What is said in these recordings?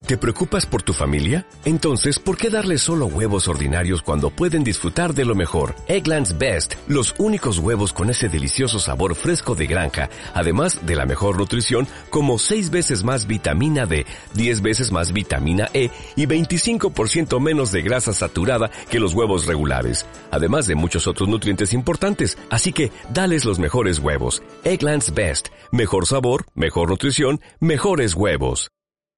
¿Te preocupas por tu familia? Entonces, ¿por qué darles solo huevos ordinarios cuando pueden disfrutar de lo mejor? Eggland's Best, los únicos huevos con ese delicioso sabor fresco de granja, además de la mejor nutrición, como 6 veces más vitamina D, 10 veces más vitamina E y 25% menos de grasa saturada que los huevos regulares, además de muchos otros nutrientes importantes. Así que, dales los mejores huevos. Eggland's Best, mejor sabor, mejor nutrición, mejores huevos.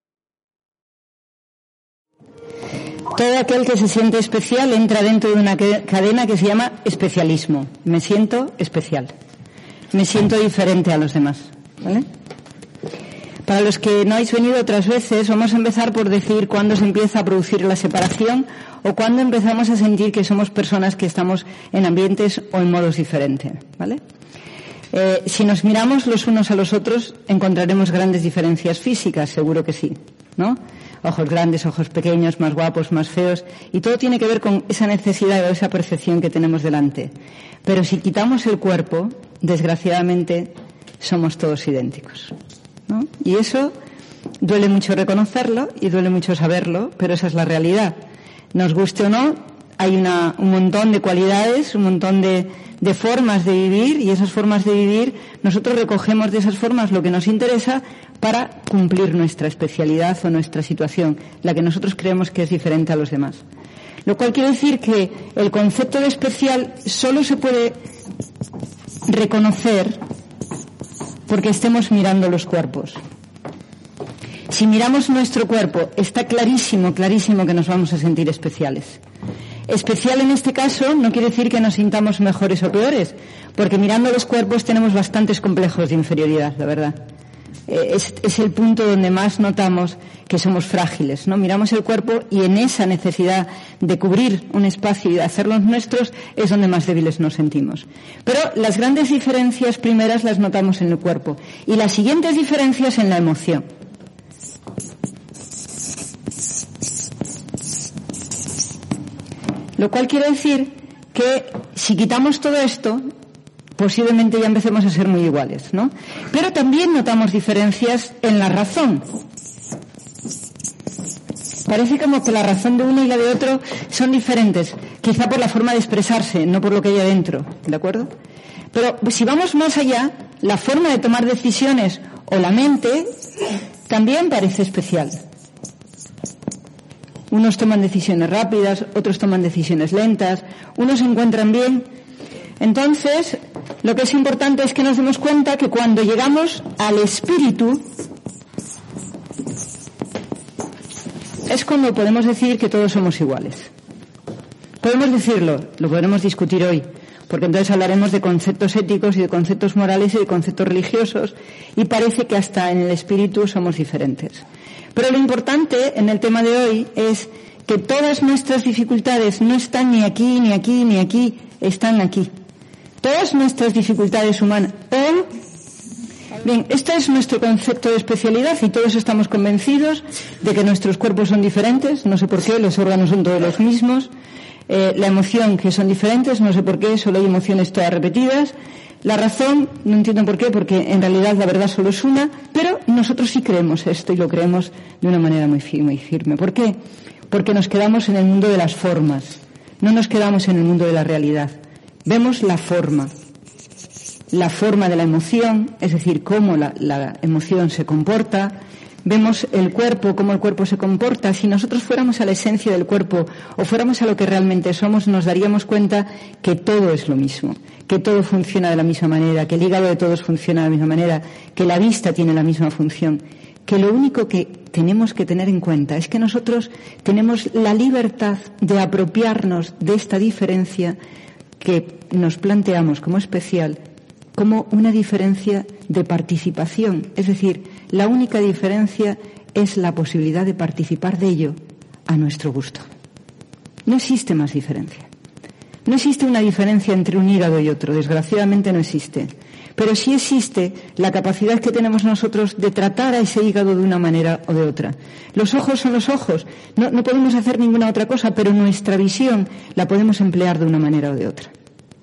Todo aquel que se siente especial entra dentro de una cadena que se llama especialismo. Me siento especial. Me siento diferente a los demás. ¿Vale? Para los que no habéis venido otras veces, vamos a empezar por decir cuándo se empieza a producir la separación o cuándo empezamos a sentir que somos personas que estamos en ambientes o en modos diferentes. ¿Vale? Si nos miramos los unos a los otros, encontraremos grandes diferencias físicas, seguro que sí, ¿no? Ojos grandes, ojos pequeños, más guapos, más feos, y todo tiene que ver con esa necesidad o esa percepción que tenemos delante. Pero si quitamos el cuerpo, desgraciadamente, somos todos idénticos, ¿no? Y eso duele mucho reconocerlo y duele mucho saberlo, pero esa es la realidad. Nos guste o no, hay un montón de cualidades, un montón de formas de vivir, y esas formas de vivir, nosotros recogemos de esas formas lo que nos interesa para cumplir nuestra especialidad o nuestra situación, la que nosotros creemos que es diferente a los demás. Lo cual quiere decir que el concepto de especial solo se puede reconocer porque estemos mirando los cuerpos. Si miramos nuestro cuerpo, está clarísimo que nos vamos a sentir especiales. Especial en este caso no quiere decir que nos sintamos mejores o peores, porque mirando los cuerpos tenemos bastantes complejos de inferioridad, la verdad. Es el punto donde más notamos que somos frágiles, ¿no? Miramos el cuerpo y en esa necesidad de cubrir un espacio y de hacerlos nuestros es donde más débiles nos sentimos. Pero las grandes diferencias primeras las notamos en el cuerpo y las siguientes diferencias en la emoción. Lo cual quiere decir que si quitamos todo esto, posiblemente ya empecemos a ser muy iguales, ¿no? Pero también notamos diferencias en la razón. Parece como que la razón de uno y la de otro son diferentes, quizá por la forma de expresarse, no por lo que hay adentro, ¿de acuerdo? Pero si vamos más allá, la forma de tomar decisiones o la mente también parece especial. Unos toman decisiones rápidas, otros toman decisiones lentas, unos se encuentran bien. Entonces, lo que es importante es que nos demos cuenta que cuando llegamos al espíritu, es cuando podemos decir que todos somos iguales. Podemos decirlo, lo podremos discutir hoy, porque entonces hablaremos de conceptos éticos y de conceptos morales y de conceptos religiosos, y parece que hasta en el espíritu somos diferentes. Pero lo importante en el tema de hoy es que todas nuestras dificultades no están ni aquí, ni aquí, ni aquí, están aquí. Todas nuestras dificultades humanas. Bien, este es nuestro concepto de especialidad y todos estamos convencidos de que nuestros cuerpos son diferentes, no sé por qué, los órganos son todos los mismos, la emoción que son diferentes, no sé por qué, solo hay emociones todas repetidas. La razón, no entiendo por qué, porque en realidad la verdad solo es una, pero nosotros sí creemos esto y lo creemos de una manera muy firme. ¿Por qué? Porque nos quedamos en el mundo de las formas, no nos quedamos en el mundo de la realidad. Vemos la forma de la emoción, es decir, cómo la emoción se comporta. Vemos el cuerpo, cómo el cuerpo se comporta. Si nosotros fuéramos a la esencia del cuerpo o fuéramos a lo que realmente somos, nos daríamos cuenta que todo es lo mismo, que todo funciona de la misma manera, que el hígado de todos funciona de la misma manera, que la vista tiene la misma función, que lo único que tenemos que tener en cuenta es que nosotros tenemos la libertad de apropiarnos de esta diferencia que nos planteamos como especial, como una diferencia de participación. Es decir, la única diferencia es la posibilidad de participar de ello a nuestro gusto. No existe más diferencia. No existe una diferencia entre un hígado y otro, desgraciadamente no existe. Pero sí existe la capacidad que tenemos nosotros de tratar a ese hígado de una manera o de otra. Los ojos son los ojos, no podemos hacer ninguna otra cosa, pero nuestra visión la podemos emplear de una manera o de otra.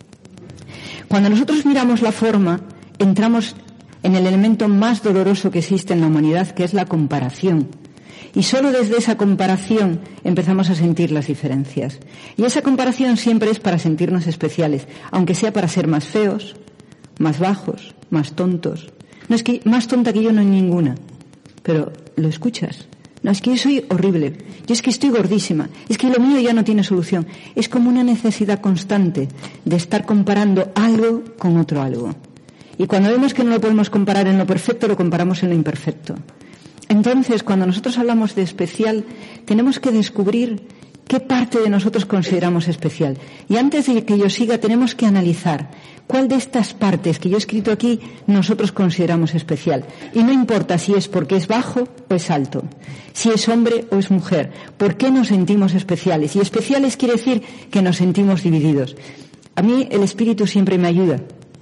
Cuando nosotros miramos la forma, entramos en el elemento más doloroso que existe en la humanidad, que es la comparación. Y solo desde esa comparación empezamos a sentir las diferencias. Y esa comparación siempre es para sentirnos especiales, aunque sea para ser más feos, más bajos, más tontos. No es que más tonta que yo no hay ninguna, pero lo escuchas. No, es que yo soy horrible, yo es que estoy gordísima, es que lo mío ya no tiene solución. Es como una necesidad constante de estar comparando algo con otro algo. Y cuando vemos que no lo podemos comparar en lo perfecto, lo comparamos en lo imperfecto. Entonces, cuando nosotros hablamos de especial, tenemos que descubrir qué parte de nosotros consideramos especial. Y antes de que yo siga, tenemos que analizar cuál de estas partes que yo he escrito aquí nosotros consideramos especial. Y no importa si es porque es bajo o es alto, si es hombre o es mujer, ¿por qué nos sentimos especiales? Y especiales quiere decir que nos sentimos divididos. A mí el espíritu siempre me ayuda.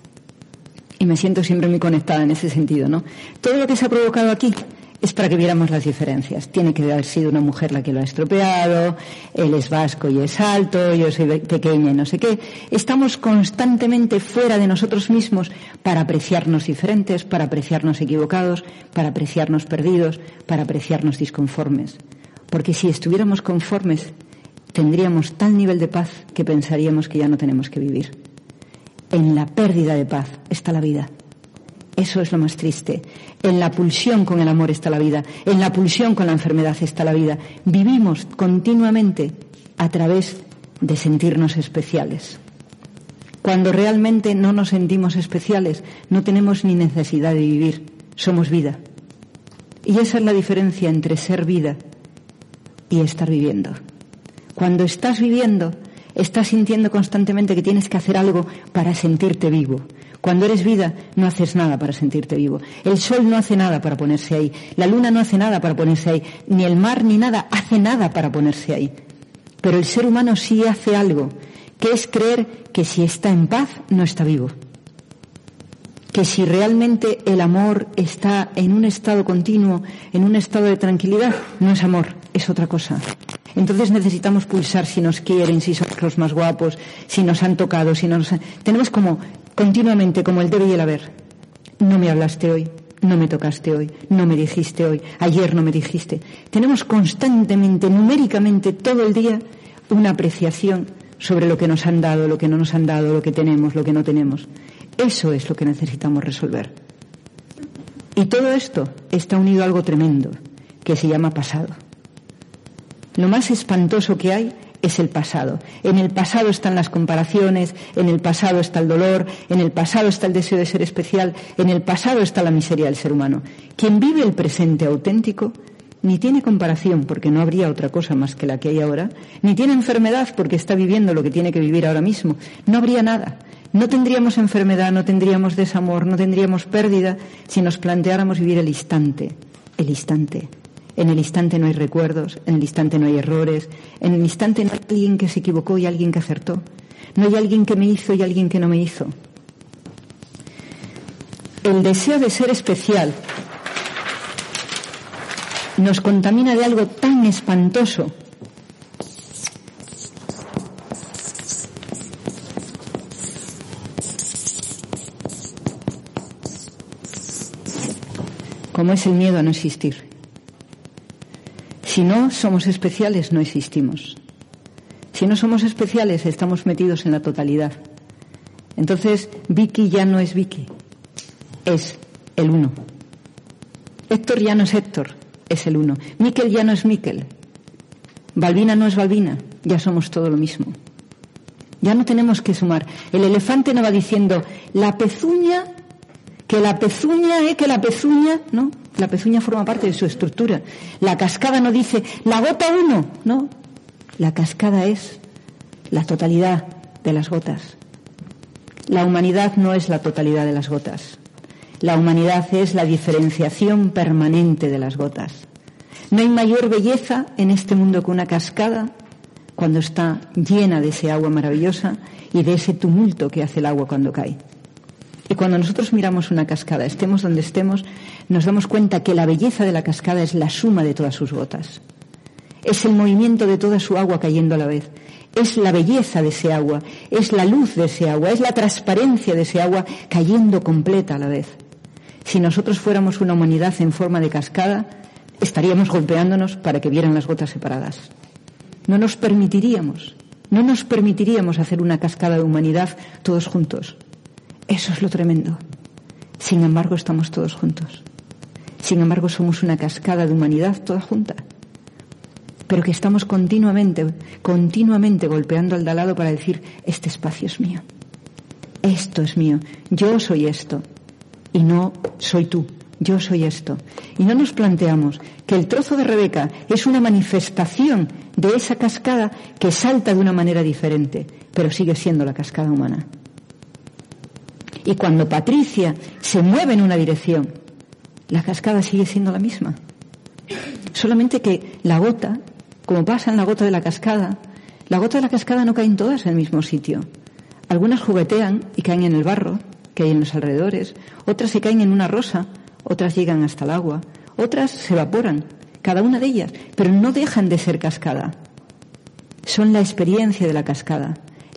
Y me siento siempre muy conectada en ese sentido, ¿no? Todo lo que se ha provocado aquí es para que viéramos las diferencias. Tiene que haber sido una mujer la que lo ha estropeado, él es vasco y es alto, yo soy pequeña y no sé qué. Estamos constantemente fuera de nosotros mismos para apreciarnos diferentes, para apreciarnos equivocados, para apreciarnos perdidos, para apreciarnos disconformes. Porque si estuviéramos conformes, tendríamos tal nivel de paz que pensaríamos que ya no tenemos que vivir. En la pérdida de paz está la vida. Eso es lo más triste. En la pulsión con el amor está la vida. En la pulsión con la enfermedad está la vida. Vivimos continuamente a través de sentirnos especiales. Cuando realmente no nos sentimos especiales, no tenemos ni necesidad de vivir. Somos vida. Y esa es la diferencia entre ser vida y estar viviendo. Cuando estás viviendo, estás sintiendo constantemente que tienes que hacer algo para sentirte vivo. Cuando eres vida, no haces nada para sentirte vivo. El sol no hace nada para ponerse ahí. La luna no hace nada para ponerse ahí. Ni el mar ni nada hace nada para ponerse ahí. Pero el ser humano sí hace algo, que es creer que si está en paz, no está vivo. Que si realmente el amor está en un estado continuo, en un estado de tranquilidad, no es amor, es otra cosa. Entonces necesitamos pulsar si nos quieren, si somos los más guapos, si nos han tocado, si no nos han... Tenemos como continuamente, como el debe y el haber. No me hablaste hoy, no me tocaste hoy, no me dijiste hoy, ayer no me dijiste. Tenemos constantemente, numéricamente, todo el día, una apreciación sobre lo que nos han dado, lo que no nos han dado, lo que tenemos, lo que no tenemos. Eso es lo que necesitamos resolver. Y todo esto está unido a algo tremendo, que se llama pasado. Lo más espantoso que hay es el pasado. En el pasado están las comparaciones, en el pasado está el dolor, en el pasado está el deseo de ser especial, en el pasado está la miseria del ser humano. Quien vive el presente auténtico ni tiene comparación, porque no habría otra cosa más que la que hay ahora, ni tiene enfermedad porque está viviendo lo que tiene que vivir ahora mismo. No habría nada. No tendríamos enfermedad, no tendríamos desamor, no tendríamos pérdida si nos planteáramos vivir el instante. El instante. En el instante no hay recuerdos, en el instante no hay errores, en el instante no hay alguien que se equivocó y alguien que acertó. No hay alguien que me hizo y alguien que no me hizo. El deseo de ser especial nos contamina de algo tan espantoso como es el miedo a no existir. Si no somos especiales, no existimos. Si no somos especiales, estamos metidos en la totalidad. Entonces, Vicky ya no es Vicky, es el uno. Héctor ya no es Héctor, es el uno. Miquel ya no es Miquel. Balbina no es Balbina, ya somos todo lo mismo. Ya no tenemos que sumar. El elefante no va diciendo, la pezuña, que la pezuña, ¿no? La pezuña forma parte de su estructura. La cascada no dice, la gota 1, no. La cascada es la totalidad de las gotas. La humanidad no es la totalidad de las gotas. La humanidad es la diferenciación permanente de las gotas. No hay mayor belleza en este mundo que una cascada cuando está llena de ese agua maravillosa y de ese tumulto que hace el agua cuando cae. Y cuando nosotros miramos una cascada, estemos donde estemos, nos damos cuenta que la belleza de la cascada es la suma de todas sus gotas. Es el movimiento de toda su agua cayendo a la vez. Es la belleza de ese agua, es la luz de ese agua, es la transparencia de ese agua cayendo completa a la vez. Si nosotros fuéramos una humanidad en forma de cascada, estaríamos golpeándonos para que vieran las gotas separadas. No nos permitiríamos hacer una cascada de humanidad todos juntos. Eso es lo tremendo. Sin embargo, estamos todos juntos. Sin embargo, somos una cascada de humanidad toda junta. Pero que estamos continuamente golpeando al de al lado para decir, este espacio es mío. Esto es mío. Yo soy esto. Y no soy tú. Yo soy esto. Y no nos planteamos que el trozo de Rebeca es una manifestación de esa cascada que salta de una manera diferente, pero sigue siendo la cascada humana. Y cuando Patricia se mueve en una dirección, la cascada sigue siendo la misma. Solamente que la gota, como pasa en la gota de la cascada no caen todas en el mismo sitio. Algunas juguetean y caen en el barro que hay en los alrededores, otras se caen en una rosa, otras llegan hasta el agua, otras se evaporan, cada una de ellas, pero no dejan de ser cascada. Son la experiencia de la cascada,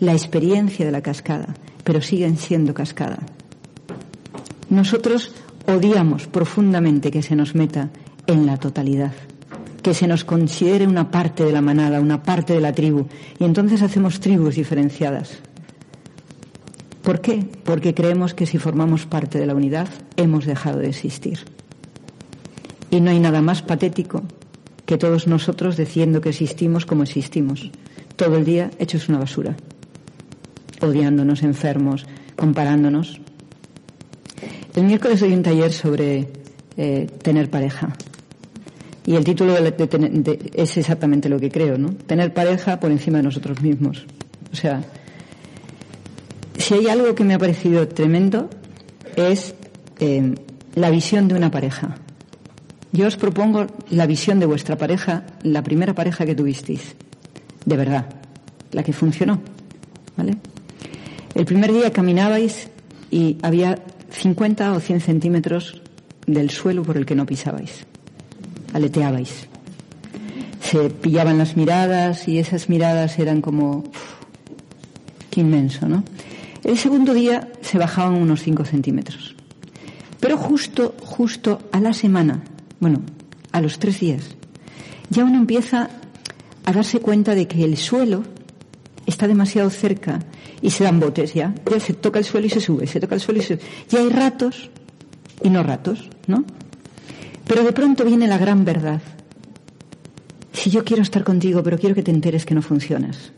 pero siguen siendo cascada. Nosotros odiamos profundamente que se nos meta en la totalidad, que se nos considere una parte de la manada, una parte de la tribu, y entonces hacemos tribus diferenciadas. ¿Por qué? Porque creemos que si formamos parte de la unidad, hemos dejado de existir. Y no hay nada más patético que todos nosotros diciendo que existimos como existimos, todo el día hechos una basura, odiándonos, enfermos, comparándonos. El miércoles doy un taller sobre tener pareja. Y el título es exactamente lo que creo, ¿no? Tener pareja por encima de nosotros mismos. O sea, si hay algo que me ha parecido tremendo es la visión de una pareja. Yo os propongo la visión de vuestra pareja, la primera pareja que tuvisteis, de verdad, la que funcionó, ¿vale? El primer día caminabais y había 50 o 100 centímetros del suelo por el que no pisabais, aleteabais. Se pillaban las miradas y esas miradas eran como... qué inmenso, ¿no? El segundo día se bajaban unos 5 centímetros. Pero justo a la semana, bueno, a los 3 días, ya uno empieza a darse cuenta de que el suelo está demasiado cerca y se dan botes ya se toca el suelo y se sube, se toca el suelo y se sube. Ya hay ratos y no ratos, ¿no? Pero de pronto viene la gran verdad. Si yo quiero estar contigo, pero quiero que te enteres que no funcionas.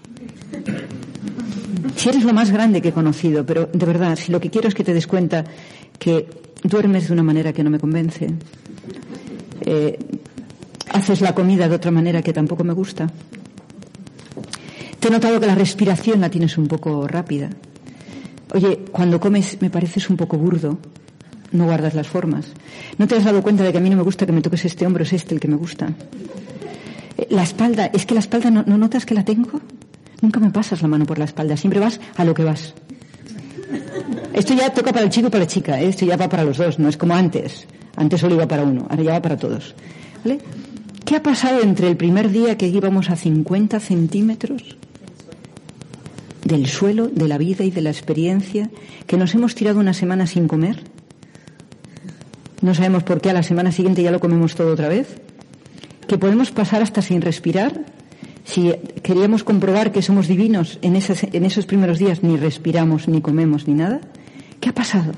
Si eres lo más grande que he conocido, pero de verdad, si lo que quiero es que te des cuenta que duermes de una manera que no me convence, haces la comida de otra manera que tampoco me gusta. Te he notado que la respiración la tienes un poco rápida. Oye, cuando comes me pareces un poco burdo, no guardas las formas. ¿No te has dado cuenta de que a mí no me gusta que me toques este hombro, es este el que me gusta? La espalda, es que la espalda no notas que la tengo. Nunca me pasas la mano por la espalda, siempre vas a lo que vas. Esto ya toca para el chico y para la chica, esto ya va para los dos, no es como antes. Antes solo iba para uno, ahora ya va para todos. ¿Vale? ¿Qué ha pasado entre el primer día que íbamos a 50 centímetros del suelo, de la vida y de la experiencia, que nos hemos tirado una semana sin comer? No sabemos por qué a la semana siguiente ya lo comemos todo otra vez. Que podemos pasar hasta sin respirar. Si queríamos comprobar que somos divinos en esos primeros días, ni respiramos, ni comemos, ni nada. ¿Qué ha pasado?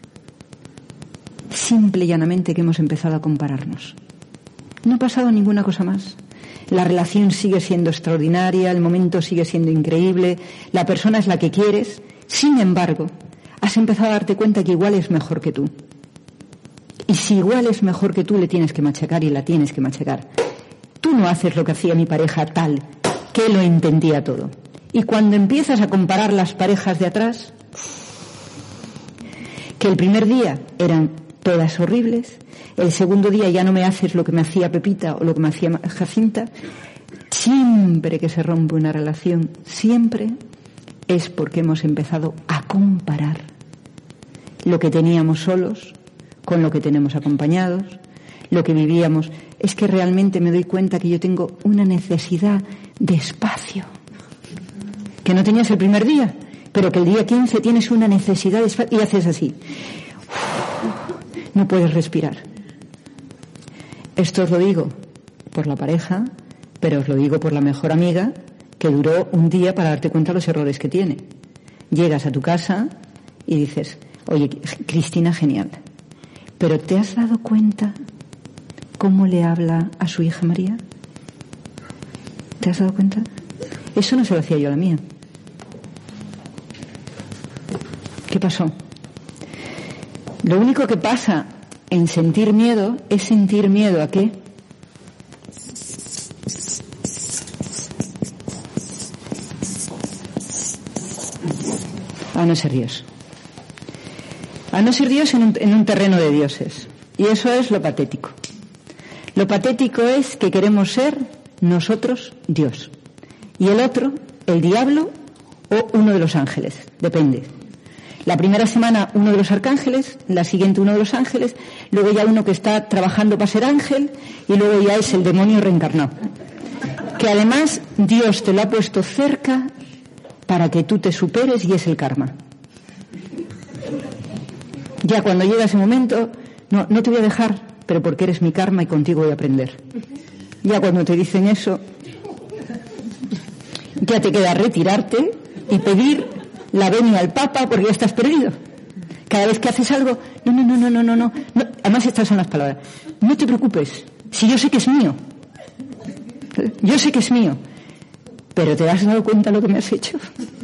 Simple y llanamente que hemos empezado a compararnos. No ha pasado ninguna cosa más. La relación sigue siendo extraordinaria, el momento sigue siendo increíble, la persona es la que quieres. Sin embargo, has empezado a darte cuenta que igual es mejor que tú. Y si igual es mejor que tú, le tienes que machacar y la tienes que machacar. Tú no haces lo que hacía mi pareja tal, que lo entendía todo. Y cuando empiezas a comparar las parejas de atrás, que el primer día eran todas horribles, el segundo día ya no me haces lo que me hacía Pepita o lo que me hacía Jacinta, siempre que se rompe una relación, siempre es porque hemos empezado a comparar lo que teníamos solos con lo que tenemos acompañados, lo que vivíamos. Es que realmente me doy cuenta que yo tengo una necesidad de espacio que no tenías el primer día, pero que el día 15 tienes una necesidad de espacio y haces así. No puedes respirar. Esto os lo digo por la pareja, pero os lo digo por la mejor amiga que duró un día para darte cuenta de los errores que tiene. Llegas a tu casa y dices, oye, Cristina, genial, pero ¿te has dado cuenta cómo le habla a su hija María? ¿Te has dado cuenta? Eso no se lo hacía yo a la mía. ¿Qué pasó? Lo único que pasa en sentir miedo es sentir miedo ¿a qué? A no ser Dios. A no ser Dios en un terreno de dioses. Y eso es lo patético. Lo patético es que queremos ser nosotros Dios. Y el otro, el diablo o uno de los ángeles. Depende. La primera semana uno de los arcángeles, la siguiente uno de los ángeles, luego ya uno que está trabajando para ser ángel y luego ya es el demonio reencarnado. Que además Dios te lo ha puesto cerca para que tú te superes y es el karma. Ya cuando llega ese momento, no te voy a dejar, pero porque eres mi karma y contigo voy a aprender. Ya cuando te dicen eso, ya te queda retirarte y pedir la venia al Papa porque ya estás perdido. Cada vez que haces algo, no. Además estas son las palabras. No te preocupes, si yo sé que es mío. Yo sé que es mío. Pero ¿te has dado cuenta de lo que me has hecho?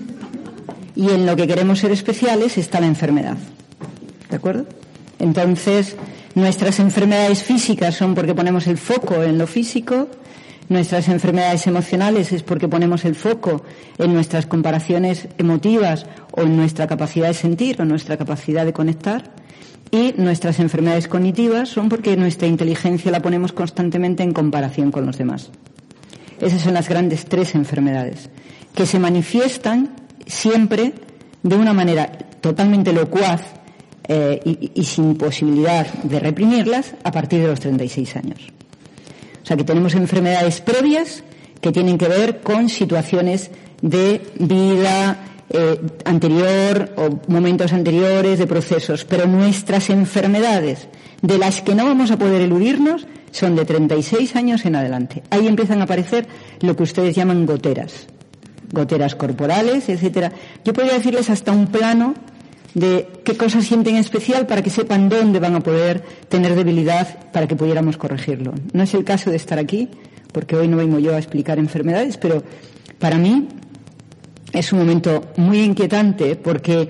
Y en lo que queremos ser especiales está la enfermedad. ¿De acuerdo? Entonces, nuestras enfermedades físicas son porque ponemos el foco en lo físico. Nuestras enfermedades emocionales es porque ponemos el foco en nuestras comparaciones emotivas o en nuestra capacidad de sentir o nuestra capacidad de conectar. Y nuestras enfermedades cognitivas son porque nuestra inteligencia la ponemos constantemente en comparación con los demás. Esas son las grandes tres enfermedades, que se manifiestan siempre de una manera totalmente locuaz y sin posibilidad de reprimirlas a partir de los 36 años. O sea que tenemos enfermedades previas que tienen que ver con situaciones de vida anterior o momentos anteriores de procesos, pero nuestras enfermedades de las que no vamos a poder eludirnos son de 36 años en adelante. Ahí empiezan a aparecer lo que ustedes llaman goteras corporales, etcétera. Yo podría decirles hasta un plano de qué cosas sienten especial para que sepan dónde van a poder tener debilidad para que pudiéramos corregirlo. No es el caso de estar aquí, porque hoy no vengo yo a explicar enfermedades, pero para mí es un momento muy inquietante porque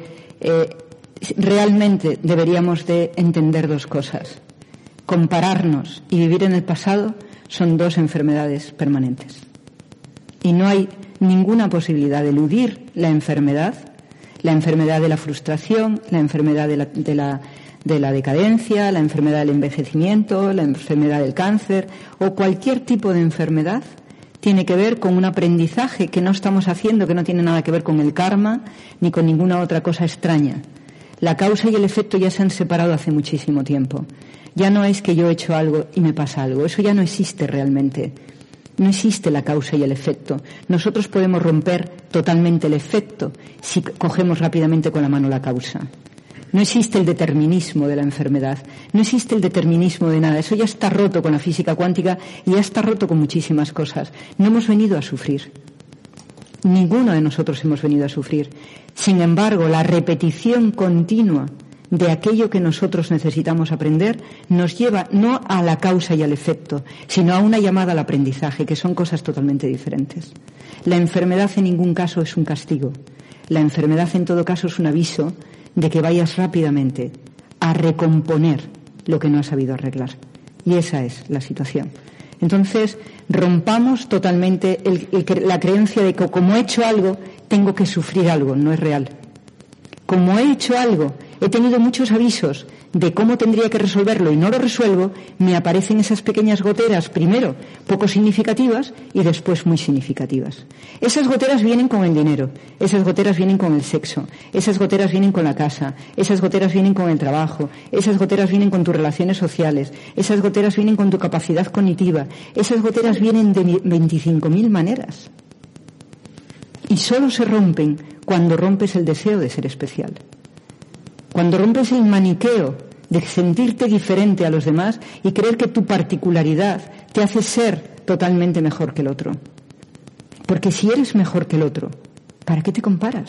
realmente deberíamos de entender dos cosas. Compararnos y vivir en el pasado son dos enfermedades permanentes. Y no hay ninguna posibilidad de eludir la enfermedad de la frustración, la enfermedad de la decadencia, la enfermedad del envejecimiento, la enfermedad del cáncer o cualquier tipo de enfermedad tiene que ver con un aprendizaje que no estamos haciendo, que no tiene nada que ver con el karma ni con ninguna otra cosa extraña. La causa y el efecto ya se han separado hace muchísimo tiempo. Ya no es que yo he hecho algo y me pasa algo. Eso ya no existe realmente. No existe la causa y el efecto. Nosotros podemos romper totalmente el efecto si cogemos rápidamente con la mano la causa. No existe el determinismo de la enfermedad. No existe el determinismo de nada. Eso ya está roto con la física cuántica y ya está roto con muchísimas cosas. No hemos venido a sufrir. Ninguno de nosotros hemos venido a sufrir. Sin embargo, la repetición continua de aquello que nosotros necesitamos aprender nos lleva no a la causa y al efecto, sino a una llamada al aprendizaje, que son cosas totalmente diferentes. La enfermedad en ningún caso es un castigo. La enfermedad en todo caso es un aviso de que vayas rápidamente a recomponer lo que no has sabido arreglar. Y esa es la situación. Entonces, rompamos totalmente la creencia de que como he hecho algo, tengo que sufrir algo. No es real. Como he hecho algo, he tenido muchos avisos de cómo tendría que resolverlo y no lo resuelvo, me aparecen esas pequeñas goteras, primero poco significativas y después muy significativas. Esas goteras vienen con el dinero, esas goteras vienen con el sexo, esas goteras vienen con la casa, esas goteras vienen con el trabajo, esas goteras vienen con tus relaciones sociales, esas goteras vienen con tu capacidad cognitiva, esas goteras vienen de 25.000 maneras. Y solo se rompen cuando rompes el deseo de ser especial. Cuando rompes el maniqueo de sentirte diferente a los demás y creer que tu particularidad te hace ser totalmente mejor que el otro. Porque si eres mejor que el otro, ¿para qué te comparas?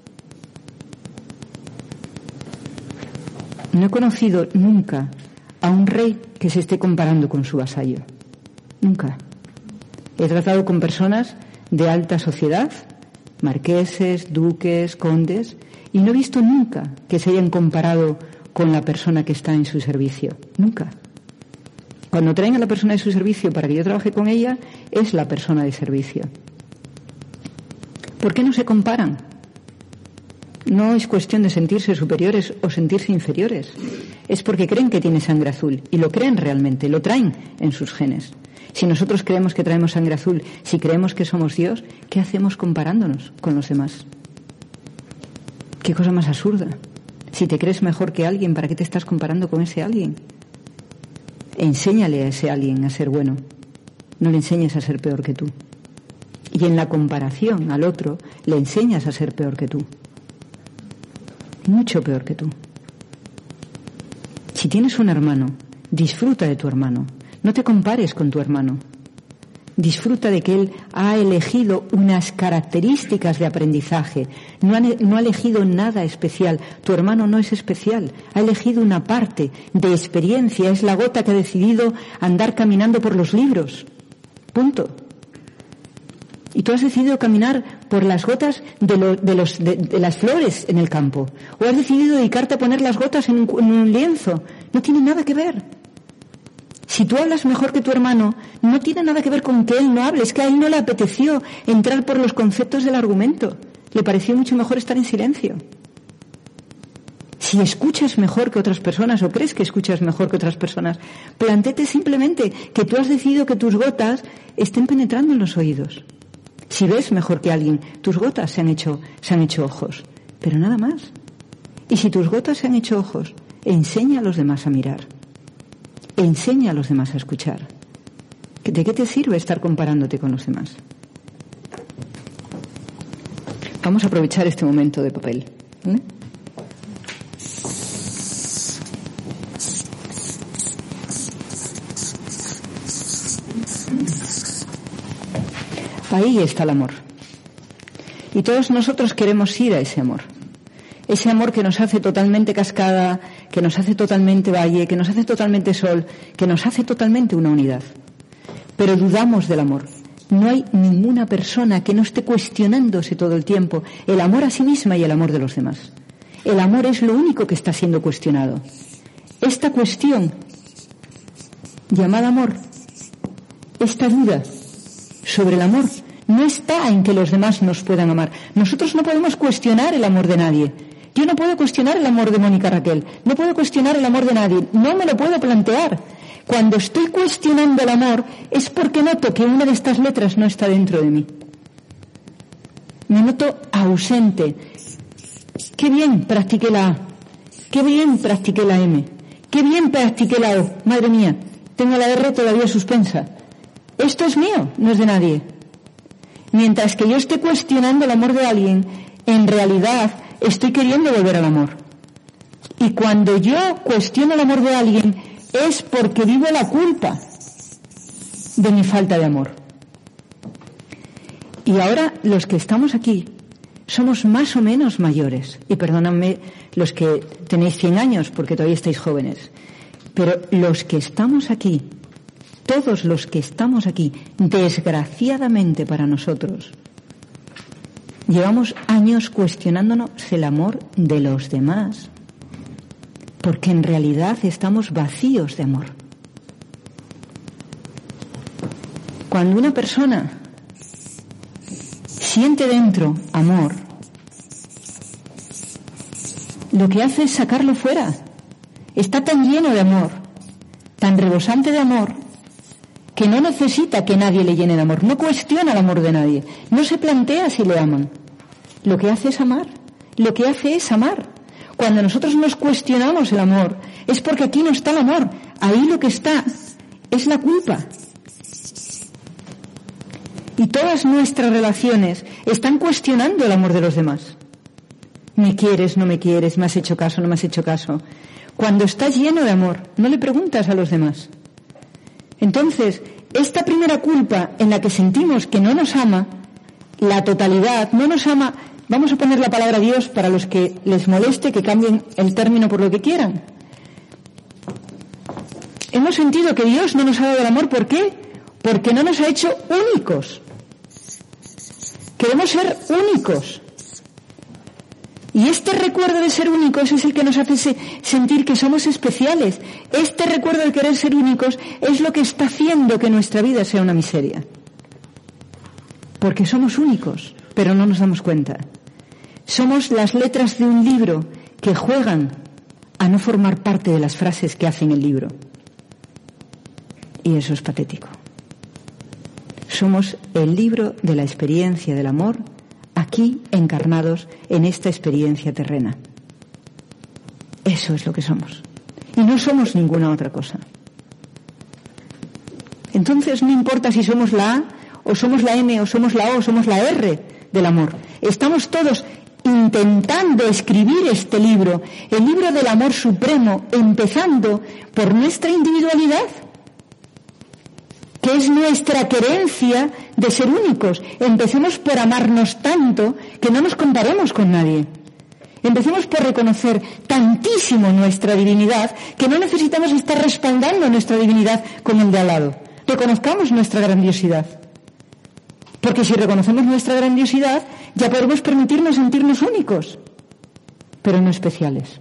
No he conocido nunca a un rey que se esté comparando con su vasallo. Nunca. He tratado con personas de alta sociedad, marqueses, duques, condes, y no he visto nunca que se hayan comparado con la persona que está en su servicio. Nunca. Cuando traen a la persona de su servicio para que yo trabaje con ella, es la persona de servicio. ¿Por qué no se comparan? No es cuestión de sentirse superiores o sentirse inferiores. Es porque creen que tiene sangre azul. Y lo creen realmente, lo traen en sus genes. Si nosotros creemos que traemos sangre azul, si creemos que somos Dios, ¿qué hacemos comparándonos con los demás? ¿Qué cosa más absurda? Si te crees mejor que alguien, ¿para qué te estás comparando con ese alguien? Enséñale a ese alguien a ser bueno. No le enseñes a ser peor que tú. Y en la comparación al otro, le enseñas a ser peor que tú. Mucho peor que tú. Si tienes un hermano, disfruta de tu hermano. No te compares con tu hermano. Disfruta de que él ha elegido unas características de aprendizaje. No ha elegido nada especial. Tu hermano no es especial. Ha elegido una parte de experiencia. Es la gota que ha decidido andar caminando por los libros. Punto. Y tú has decidido caminar por las gotas de las flores en el campo. O has decidido dedicarte a poner las gotas en un lienzo. No tiene nada que ver. Si tú hablas mejor que tu hermano, no tiene nada que ver con que él no hable. Es que a él no le apeteció entrar por los conceptos del argumento. Le pareció mucho mejor estar en silencio. Si escuchas mejor que otras personas o crees que escuchas mejor que otras personas, plantéate simplemente que tú has decidido que tus gotas estén penetrando en los oídos. Si ves mejor que alguien, tus gotas se han hecho ojos, pero nada más. Y si tus gotas se han hecho ojos, enseña a los demás a mirar. Enseña a los demás a escuchar. ¿De qué te sirve estar comparándote con los demás? Vamos a aprovechar este momento de papel. ¿Vale? Ahí está el amor. Y todos nosotros queremos ir a ese amor. Ese amor que nos hace totalmente cascada, que nos hace totalmente valle, que nos hace totalmente sol, que nos hace totalmente una unidad. Pero dudamos del amor. No hay ninguna persona que no esté cuestionándose todo el tiempo el amor a sí misma y el amor de los demás. El amor es lo único que está siendo cuestionado. Esta cuestión, llamada amor, esta duda sobre el amor, no está en que los demás nos puedan amar. Nosotros no podemos cuestionar el amor de nadie. Yo no puedo cuestionar el amor de Mónica Raquel. No puedo cuestionar el amor de nadie. No me lo puedo plantear. Cuando estoy cuestionando el amor es porque noto que una de estas letras no está dentro de mí. Me noto ausente. Qué bien practiqué la A. Qué bien practiqué la M. Qué bien practiqué la O. Madre mía, tengo la R todavía suspensa. Esto es mío, no es de nadie. Mientras que yo esté cuestionando el amor de alguien, en realidad estoy queriendo volver al amor. Y cuando yo cuestiono el amor de alguien, es porque vivo la culpa de mi falta de amor. Y ahora los que estamos aquí somos más o menos mayores. Y perdónenme los que tenéis 100 años, porque todavía estáis jóvenes. Pero los que estamos aquí, todos los que estamos aquí, desgraciadamente para nosotros, llevamos años cuestionándonos el amor de los demás, porque en realidad estamos vacíos de amor. Cuando una persona siente dentro amor, lo que hace es sacarlo fuera. Está tan lleno de amor, tan rebosante de amor, que no necesita que nadie le llene de amor, no cuestiona el amor de nadie, no se plantea si le aman. Lo que hace es amar, lo que hace es amar. Cuando nosotros nos cuestionamos el amor, es porque aquí no está el amor, ahí lo que está es la culpa. Y todas nuestras relaciones están cuestionando el amor de los demás. ¿Me quieres, no me quieres? ¿Me has hecho caso, no me has hecho caso? cuando estás lleno de amor, no le preguntas a los demás. Entonces, esta primera culpa en la que sentimos que no nos ama, la totalidad, no nos ama, vamos a poner la palabra Dios para los que les moleste, que cambien el término por lo que quieran. Hemos sentido que Dios no nos ha dado el amor, ¿por qué? Porque no nos ha hecho únicos. Queremos ser únicos. Y este recuerdo de ser únicos es el que nos hace sentir que somos especiales. Este recuerdo de querer ser únicos es lo que está haciendo que nuestra vida sea una miseria. Porque somos únicos, pero no nos damos cuenta. Somos las letras de un libro que juegan a no formar parte de las frases que hacen el libro. Y eso es patético. Somos el libro de la experiencia del amor, aquí encarnados en esta experiencia terrena. Eso es lo que somos. Y no somos ninguna otra cosa. Entonces no importa si somos la A, o somos la M, o somos la O, o somos la R del amor. Estamos todos intentando escribir este libro, el libro del amor supremo, empezando por nuestra individualidad, que es nuestra querencia de ser únicos. Empecemos por amarnos tanto que no nos comparemos con nadie. Empecemos por reconocer tantísimo nuestra divinidad que no necesitamos estar respaldando nuestra divinidad con el de al lado. Reconozcamos nuestra grandiosidad. Porque si reconocemos nuestra grandiosidad, ya podemos permitirnos sentirnos únicos, pero no especiales.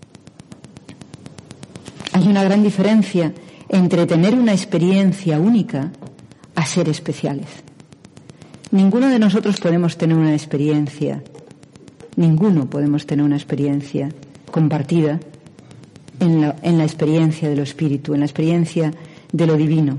Hay una gran diferencia entre tener una experiencia única a ser especiales. Ninguno de nosotros podemos tener una experiencia, compartida en la experiencia de lo espíritu, en la experiencia de lo divino.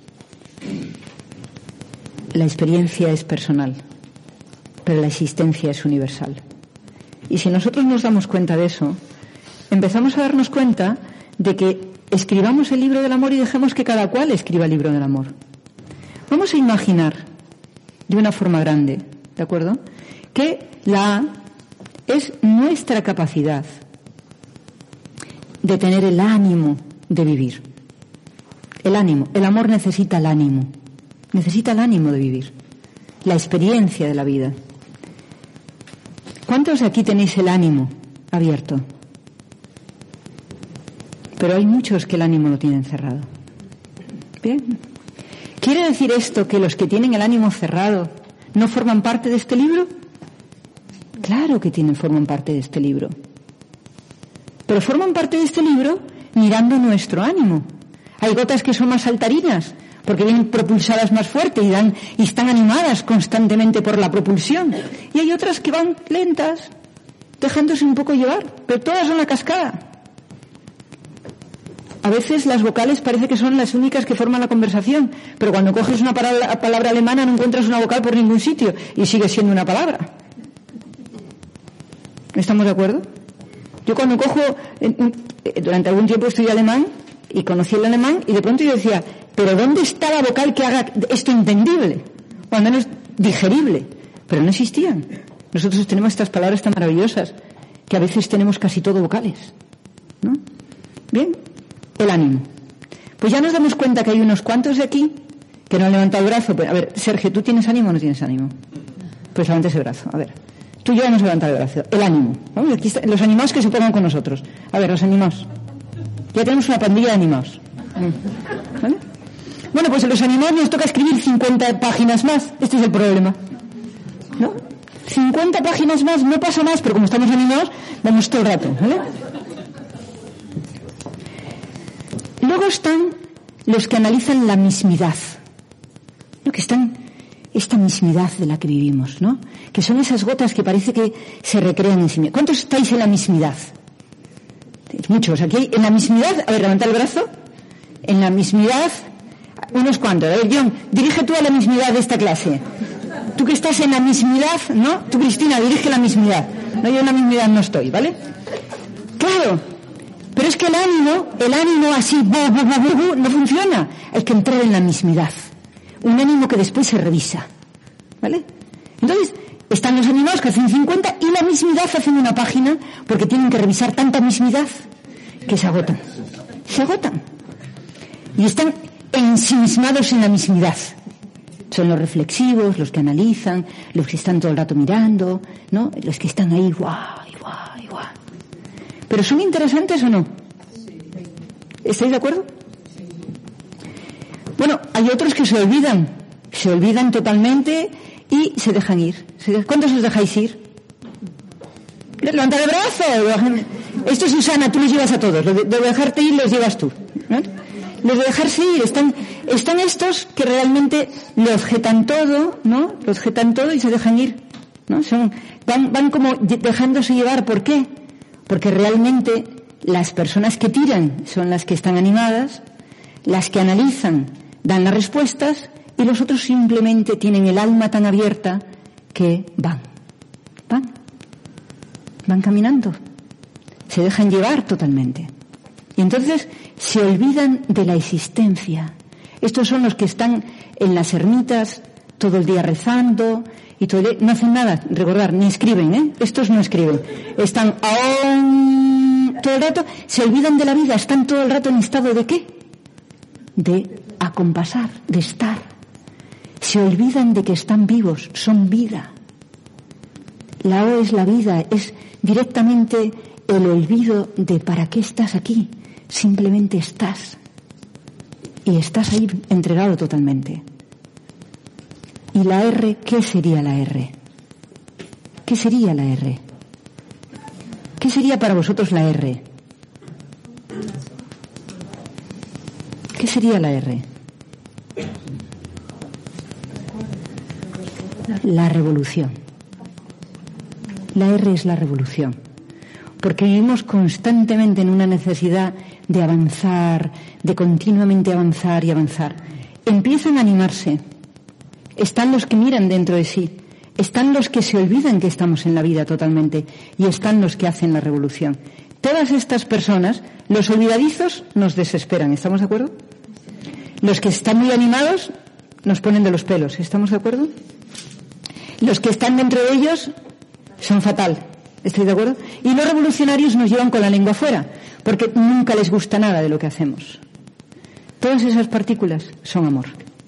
La experiencia es personal, pero la existencia es universal. Y si nosotros nos damos cuenta de eso, empezamos a darnos cuenta de que escribamos el libro del amor y dejemos que cada cual escriba el libro del amor. Vamos a imaginar de una forma grande, ¿de acuerdo?, que la A es nuestra capacidad de tener el ánimo de vivir. El ánimo, el amor necesita el ánimo de vivir, la experiencia de la vida. ¿Cuántos de aquí tenéis el ánimo abierto? Pero hay muchos que el ánimo lo tienen cerrado. Bien. ¿Quiere decir esto que los que tienen el ánimo cerrado no forman parte de este libro? Claro que forman parte de este libro. Pero forman parte de este libro mirando nuestro ánimo. Hay gotas que son más saltarinas, porque vienen propulsadas más fuerte y están animadas constantemente por la propulsión. Y hay otras que van lentas, dejándose un poco llevar, pero todas son la cascada. A veces las vocales parece que son las únicas que forman la conversación, pero cuando coges una palabra alemana no encuentras una vocal por ningún sitio y sigue siendo una palabra. ¿Estamos de acuerdo? Yo cuando durante algún tiempo estudié alemán y conocí el alemán y de pronto yo decía, pero ¿dónde está la vocal que haga esto entendible? O al menos digerible. Pero no existían. Nosotros tenemos estas palabras tan maravillosas que a veces tenemos casi todo vocales, ¿no? Bien. El ánimo. Pues ya nos damos cuenta que hay unos cuantos de aquí que no han levantado el brazo. Pues, a ver, Sergio, ¿tú tienes ánimo o no tienes ánimo? Pues levanta ese brazo. A ver, tú y yo vamos a levantar el brazo. El ánimo. Vamos, aquí están los animados que se pongan con nosotros. A ver, los animados. Ya tenemos una pandilla de animados. ¿Vale? Bueno, pues a los animados nos toca escribir 50 páginas más. Este es el problema, ¿no? 50 páginas más, no pasa más, pero como estamos animados, vamos todo el rato, ¿vale? Luego están los que analizan la mismidad, ¿no? Que están esta mismidad de la que vivimos, ¿no? Que son esas gotas que parece que se recrean en sí mismas. ¿Cuántos estáis en la mismidad? Muchos. Aquí en la mismidad, a ver, levanta el brazo. En la mismidad, unos cuantos. A ver, John, dirige tú a la mismidad de esta clase. Tú que estás en la mismidad, ¿no? Tú, Cristina, dirige la mismidad. No, yo en la mismidad no estoy, ¿vale? Claro. Pero es que el ánimo así, no funciona. Hay que entrar en la mismidad. Un ánimo que después se revisa. ¿Vale? Entonces, están los animados que hacen 50 y la mismidad hacen una página porque tienen que revisar tanta mismidad. que se agotan. Se agotan. Y están ensimismados en la mismidad. Son los reflexivos, los que analizan, los que están todo el rato mirando, ¿no? Los que están ahí, guau. ¿Pero son interesantes o no? ¿Estáis de acuerdo? Bueno, hay otros que se olvidan totalmente y se dejan ir. ¿Cuántos os dejáis ir? Levanta el brazo. Esto es Susana, tú los llevas a todos. Lo de dejarte ir los llevas tú, ¿no? Los de dejarse ir, están estos que realmente lo objetan todo, ¿no? Lo objetan todo y se dejan ir, ¿no? Van como dejándose llevar. ¿Por qué? Porque realmente las personas que tiran son las que están animadas, las que analizan dan las respuestas y los otros simplemente tienen el alma tan abierta que van caminando, se dejan llevar totalmente. Y entonces se olvidan de la existencia. Estos son los que están en las ermitas todo el día rezando y no hacen nada, recordar, ni escriben, Estos no escriben. Están todo el rato, se olvidan de la vida, están todo el rato en estado de ¿qué? De acompasar, de estar. Se olvidan de que están vivos, son vida. La O es la vida, es directamente el olvido de para qué estás aquí. Simplemente estás. Y estás ahí entregado totalmente. ¿Y la R? ¿Qué sería la R? ¿Qué sería la R? ¿Qué sería para vosotros la R? ¿Qué sería la R? La revolución. La R es la revolución. Porque vivimos constantemente en una necesidad de avanzar, de continuamente avanzar y avanzar. Empiezan a animarse. Están los que miran dentro de sí. Están los que se olvidan que estamos en la vida totalmente. Y están los que hacen la revolución. Todas estas personas, los olvidadizos, nos desesperan. ¿Estamos de acuerdo? Los que están muy animados nos ponen de los pelos. ¿Estamos de acuerdo? Los que están dentro de ellos son fatal. ¿Estáis de acuerdo? Y los revolucionarios nos llevan con la lengua afuera, porque nunca les gusta nada de lo que hacemos. Todas esas partículas son amor.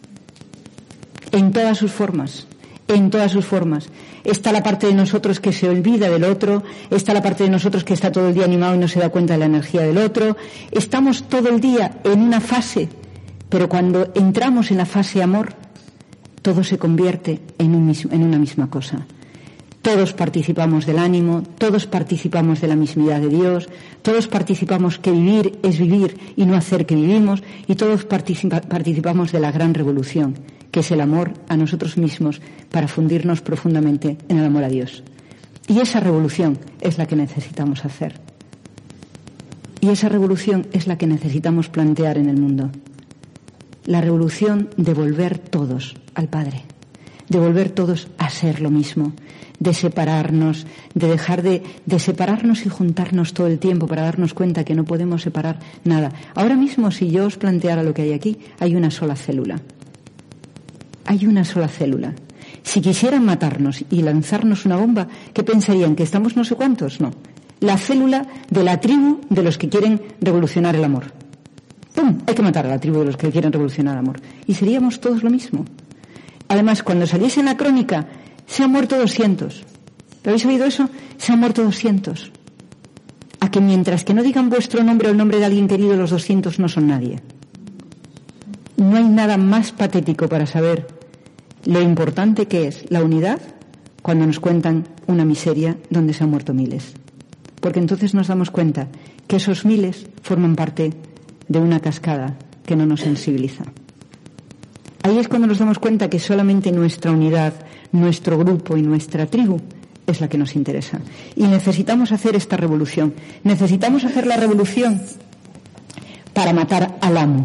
En todas sus formas. En todas sus formas. Está la parte de nosotros que se olvida del otro, está la parte de nosotros que está todo el día animado y no se da cuenta de la energía del otro. Estamos todo el día en una fase, pero cuando entramos en la fase amor, todo se convierte en una misma cosa. Todos participamos del ánimo, todos participamos de la mismidad de Dios, todos participamos que vivir es vivir y no hacer que vivimos, y todos participamos de la gran revolución, que es el amor a nosotros mismos para fundirnos profundamente en el amor a Dios. Y esa revolución es la que necesitamos hacer. Y esa revolución es la que necesitamos plantear en el mundo. La revolución de volver todos al Padre, de volver todos a ser lo mismo, de separarnos, de dejar de separarnos y juntarnos todo el tiempo para darnos cuenta que no podemos separar nada. Ahora mismo, si yo os planteara lo que hay aquí, hay una sola célula. Hay una sola célula. Si quisieran matarnos y lanzarnos una bomba, ¿qué pensarían? ¿Que estamos no sé cuántos? No. La célula de la tribu de los que quieren revolucionar el amor. ¡Pum! Hay que matar a la tribu de los que quieren revolucionar el amor. Y seríamos todos lo mismo. Además, cuando saliese en la crónica, se han muerto 200. ¿Lo habéis oído eso? Se han muerto 200. A que mientras que no digan vuestro nombre o el nombre de alguien querido, los 200 no son nadie. No hay nada más patético para saber lo importante que es la unidad cuando nos cuentan una miseria donde se han muerto miles. Porque entonces nos damos cuenta que esos miles forman parte de una cascada que no nos sensibiliza. Ahí es cuando nos damos cuenta que solamente nuestra unidad, nuestro grupo y nuestra tribu es la que nos interesa. Y necesitamos hacer esta revolución. Necesitamos hacer la revolución para matar al amo.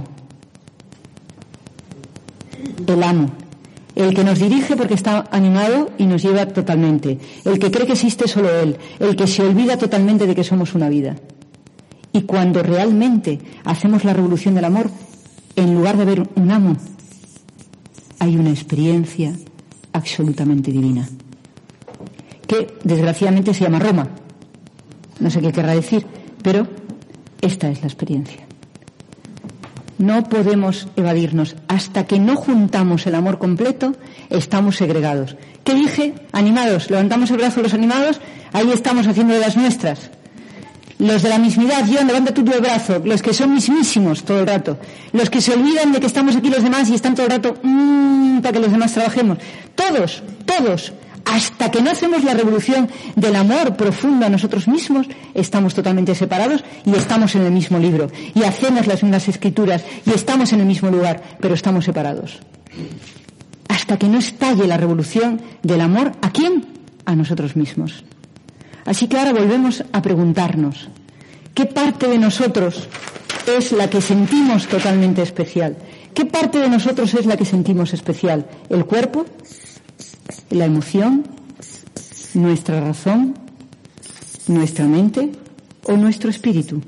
El amo. El que nos dirige porque está animado y nos lleva totalmente. El que cree que existe solo él. El que se olvida totalmente de que somos una vida. Y cuando realmente hacemos la revolución del amor, en lugar de ver un amo, hay una experiencia absolutamente divina, que desgraciadamente se llama Roma. No sé qué querrá decir, pero Esta es la experiencia. No podemos evadirnos. Hasta que no juntamos el amor completo, estamos segregados. ¿Qué dije? Animados. Levantamos el brazo los animados, ahí estamos haciendo de las nuestras. Los de la mismidad, John, levanta tú el brazo. Los que son mismísimos todo el rato. Los que se olvidan de que estamos aquí los demás y están todo el rato para que los demás trabajemos. Todos. Hasta que no hacemos la revolución del amor profundo a nosotros mismos, estamos totalmente separados y estamos en el mismo libro. Y hacemos las mismas escrituras y estamos en el mismo lugar, pero estamos separados. Hasta que no estalle la revolución del amor, ¿a quién? A nosotros mismos. Así que ahora volvemos a preguntarnos, ¿qué parte de nosotros es la que sentimos totalmente especial? ¿Qué parte de nosotros es la que sentimos especial? ¿El cuerpo? ¿La emoción? ¿Nuestra razón? ¿Nuestra mente? ¿O nuestro espíritu?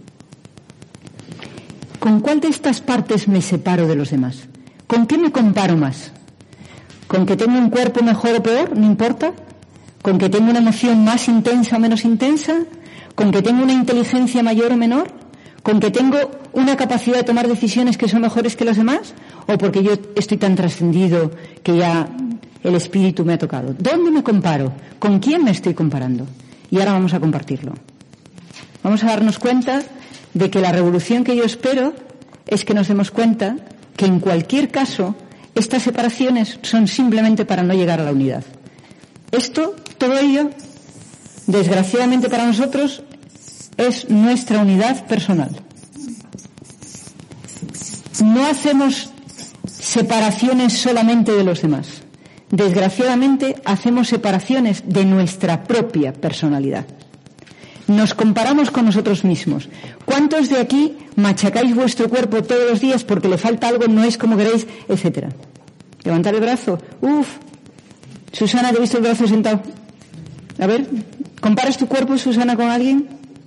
¿Con cuál de estas partes me separo de los demás? ¿Con qué me comparo más? ¿Con que tengo un cuerpo mejor o peor? ¿No importa? ¿Con que tengo una emoción más intensa o menos intensa? ¿Con que tengo una inteligencia mayor o menor? ¿Con que tengo una capacidad de tomar decisiones que son mejores que los demás? ¿O porque yo estoy tan trascendido que ya el espíritu me ha tocado? ¿Dónde me comparo? ¿Con quién me estoy comparando? Y ahora vamos a compartirlo. Vamos a darnos cuenta de que la revolución que yo espero es que nos demos cuenta que en cualquier caso estas separaciones son simplemente para no llegar a la unidad. Todo ello, desgraciadamente para nosotros, es nuestra unidad personal. No hacemos separaciones solamente de los demás. Desgraciadamente, hacemos separaciones de nuestra propia personalidad. Nos comparamos con nosotros mismos. ¿Cuántos de aquí machacáis vuestro cuerpo todos los días porque le falta algo, no es como queréis, etcétera? Levantar el brazo. Susana, te he visto el brazo sentado. A ver, ¿comparas tu cuerpo, Susana, con alguien?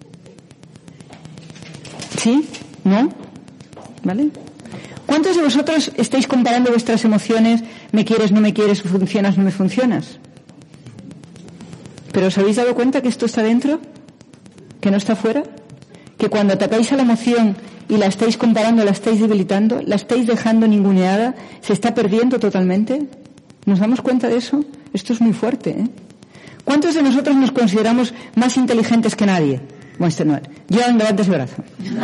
¿Sí? ¿No? ¿Vale? ¿Cuántos de vosotros estáis comparando vuestras emociones? ¿Me quieres, no me quieres? ¿Funcionas, no me funcionas? ¿Pero os habéis dado cuenta que esto está dentro? ¿Que no está fuera? ¿Que cuando atacáis a la emoción y la estáis comparando, la estáis debilitando, la estáis dejando ninguneada, se está perdiendo totalmente? ¿Nos damos cuenta de eso? Esto es muy fuerte, ¿eh? ¿Cuántos de nosotros nos consideramos más inteligentes que nadie? Bueno, John, levanta ese brazo.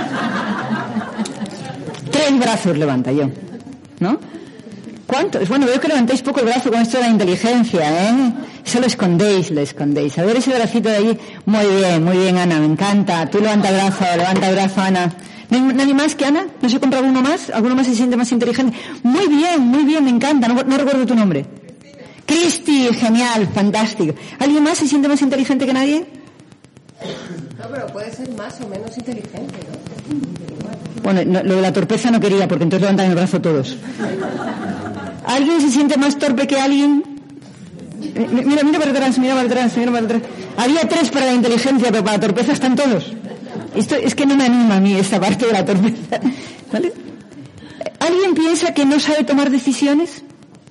3 brazos levanta, John. ¿No? ¿Cuántos? Bueno, veo que levantáis poco el brazo con esto de la inteligencia, ¿eh? Eso lo escondéis. A ver ese bracito de allí. Muy bien, Ana, me encanta. Tú levanta el brazo, Ana. ¿Nadie más que Ana? ¿No se compra alguno más? ¿Alguno más se siente más inteligente? Muy bien, me encanta. No recuerdo tu nombre. Cristi, genial, fantástico. ¿Alguien más se siente más inteligente que nadie? No, pero puede ser más o menos inteligente, ¿no? Bueno, lo de la torpeza no quería, porque entonces levantan el brazo todos. ¿Alguien se siente más torpe que alguien? Mira para atrás. Había 3 para la inteligencia, pero para la torpeza están todos. Esto es que no me anima a mí esta parte de la torpeza, ¿vale? ¿Alguien piensa que no sabe tomar decisiones?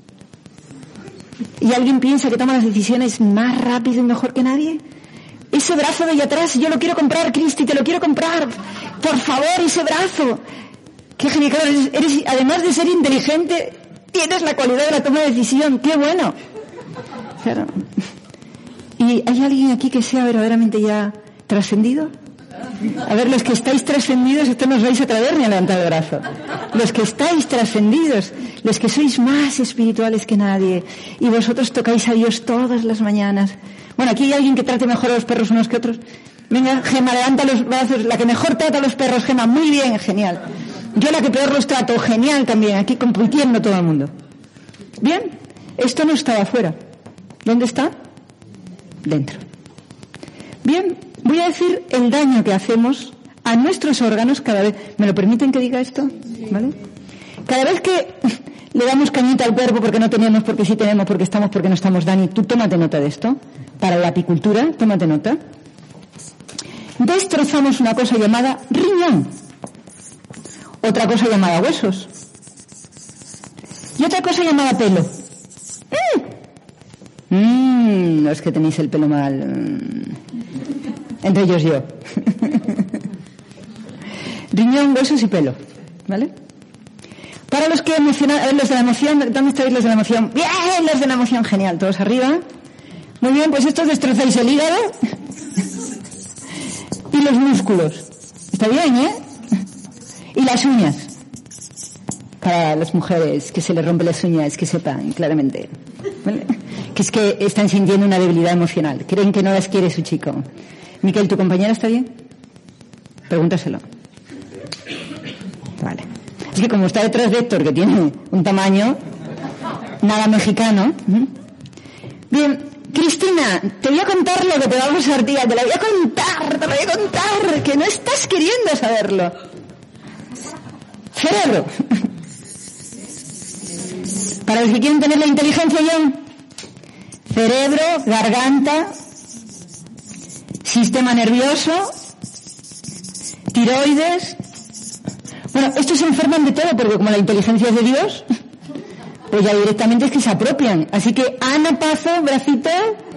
¿Y alguien piensa que toma las decisiones más rápido y mejor que nadie? Ese brazo de allá atrás, yo lo quiero comprar, Cristi, te lo quiero comprar. Por favor, ese brazo. Qué genial, eres, además de ser inteligente, tienes la cualidad de la toma de decisión. ¡Qué bueno! Claro. ¿Y hay alguien aquí que sea verdaderamente ya trascendido? A ver, los que estáis trascendidos, esto no os vais a atrever ni a levantar el brazo. Los que estáis trascendidos, los que sois más espirituales que nadie, y vosotros tocáis a Dios todas las mañanas. Bueno, aquí hay alguien que trate mejor a los perros unos que otros. Venga, Gema, levanta los brazos. La que mejor trata a los perros, Gema, muy bien, genial. Yo la que peor los trato, genial también, aquí compitiendo todo el mundo. Bien, esto no estaba afuera. ¿Dónde está? Dentro. Bien, voy a decir el daño que hacemos a nuestros órganos cada vez. ¿Me lo permiten que diga esto? ¿Vale? Cada vez que le damos cañita al cuerpo porque no tenemos, porque sí tenemos, porque estamos, porque no estamos, Dani, tú tómate nota de esto. Para la apicultura, tómate nota. Destrozamos una cosa llamada riñón, otra cosa llamada huesos y otra cosa llamada pelo. No es que tenéis el pelo mal. Entre ellos yo. riñón, huesos y pelo, ¿vale? Para los que emocionan, los de la emoción, ¿dónde estáis los de la emoción? Bien, los de la emoción, genial, todos arriba. Muy bien, pues estos destrozáis el hígado y los músculos. Está bien, ¿eh? Y las uñas. Para las mujeres que se les rompen las uñas, que sepan claramente, ¿vale? Que es que están sintiendo una debilidad emocional. Creen que no las quiere su chico. Miquel, ¿tu compañera está bien? Pregúntaselo. Vale. Es que como está detrás de Héctor, que tiene un tamaño nada mexicano. Bien, Cristina, te voy a contar lo que te va a pasar, tía. Te lo voy a contar, que no estás queriendo saberlo. Cerebro. Para los que quieren tener la inteligencia ya. Cerebro, garganta, sistema nervioso, tiroides. Bueno, estos se enferman de todo, porque como la inteligencia es de Dios, pues ya directamente es que se apropian. Así que Ana Pazo, bracito,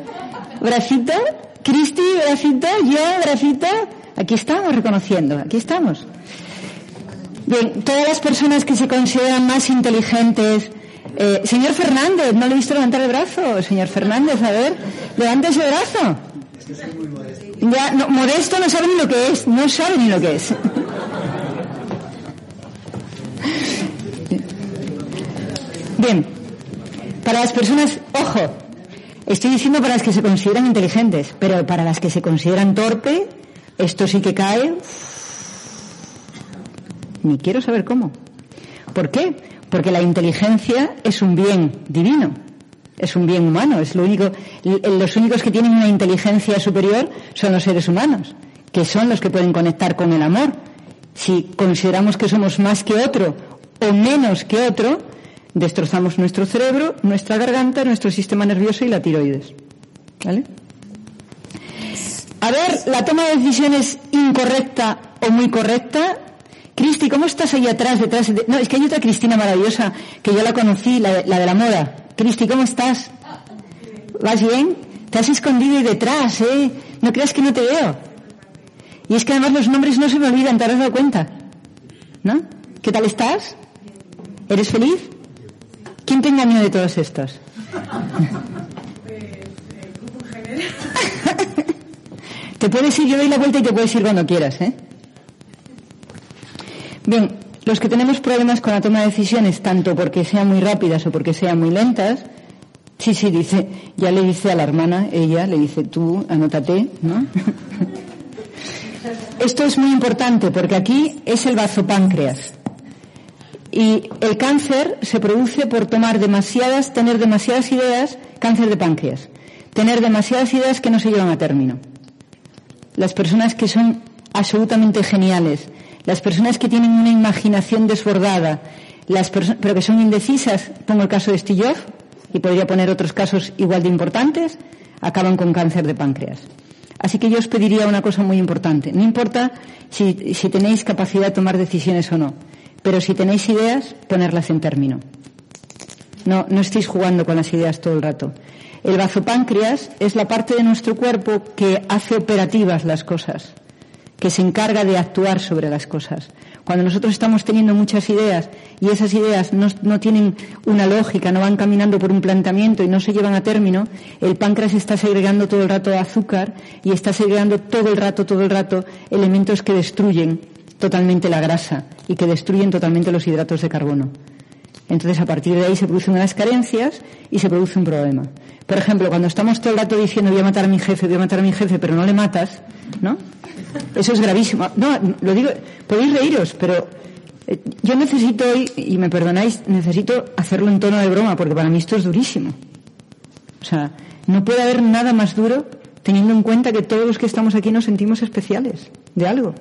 Cristi, bracito, yo, bracito. Aquí estamos reconociendo, aquí estamos. Bien, todas las personas que se consideran más inteligentes. Señor Fernández, no le he visto levantar el brazo. Señor Fernández, a ver, levante ese brazo. Ya, no, modesto no sabe ni lo que es, no sabe ni lo que es. Bien, para las personas, ojo, estoy diciendo para las que se consideran inteligentes, pero para las que se consideran torpe, esto sí que cae. Ni quiero saber cómo. ¿Por qué? Porque la inteligencia es un bien divino, es un bien humano, es lo único. Los únicos que tienen una inteligencia superior son los seres humanos, que son los que pueden conectar con el amor. Si consideramos que somos más que otro o menos que otro, destrozamos nuestro cerebro, nuestra garganta, nuestro sistema nervioso y la tiroides. ¿Vale? A ver, la toma de decisiones incorrecta o muy correcta. Cristi, ¿cómo estás ahí atrás, detrás? No, es que hay otra Cristina maravillosa, que yo la conocí, la de la moda. Cristi, ¿cómo estás? ¿Vas bien? Te has escondido ahí detrás, ¿eh? No creas que no te veo. Y es que además los nombres no se me olvidan, ¿te has dado cuenta? ¿No? ¿Qué tal estás? ¿Eres feliz? ¿Quién te engañó de todos estos? El grupo en general. Te puedes ir, yo doy la vuelta y te puedes ir cuando quieras, ¿eh? Bien, los que tenemos problemas con la toma de decisiones, tanto porque sean muy rápidas o porque sean muy lentas, sí, dice, ya le dice a la hermana, ella le dice, tú, anótate, ¿no? Esto es muy importante porque aquí es el bazopáncreas. Y el cáncer se produce por tener demasiadas ideas, cáncer de páncreas. Tener demasiadas ideas que no se llevan a término. Las personas que son absolutamente geniales, las personas que tienen una imaginación desbordada, pero que son indecisas, pongo el caso de Steve Jobs, y podría poner otros casos igual de importantes, acaban con cáncer de páncreas. Así que yo os pediría una cosa muy importante. No importa si tenéis capacidad de tomar decisiones o no, pero si tenéis ideas, ponerlas en término. No estéis jugando con las ideas todo el rato. El bazopáncreas es la parte de nuestro cuerpo que hace operativas las cosas, que se encarga de actuar sobre las cosas. Cuando nosotros estamos teniendo muchas ideas y esas ideas no tienen una lógica, no van caminando por un planteamiento y no se llevan a término, el páncreas está segregando todo el rato azúcar y está segregando todo el rato elementos que destruyen totalmente la grasa y que destruyen totalmente los hidratos de carbono. Entonces, a partir de ahí se producen unas carencias y se produce un problema. Por ejemplo, cuando estamos todo el rato diciendo voy a matar a mi jefe, pero no le matas, ¿no? Eso es gravísimo. No, lo digo, podéis reíros, pero yo necesito hoy, y me perdonáis, necesito hacerlo en tono de broma, porque para mí esto es durísimo. O sea, no puede haber nada más duro teniendo en cuenta que todos los que estamos aquí nos sentimos especiales de algo.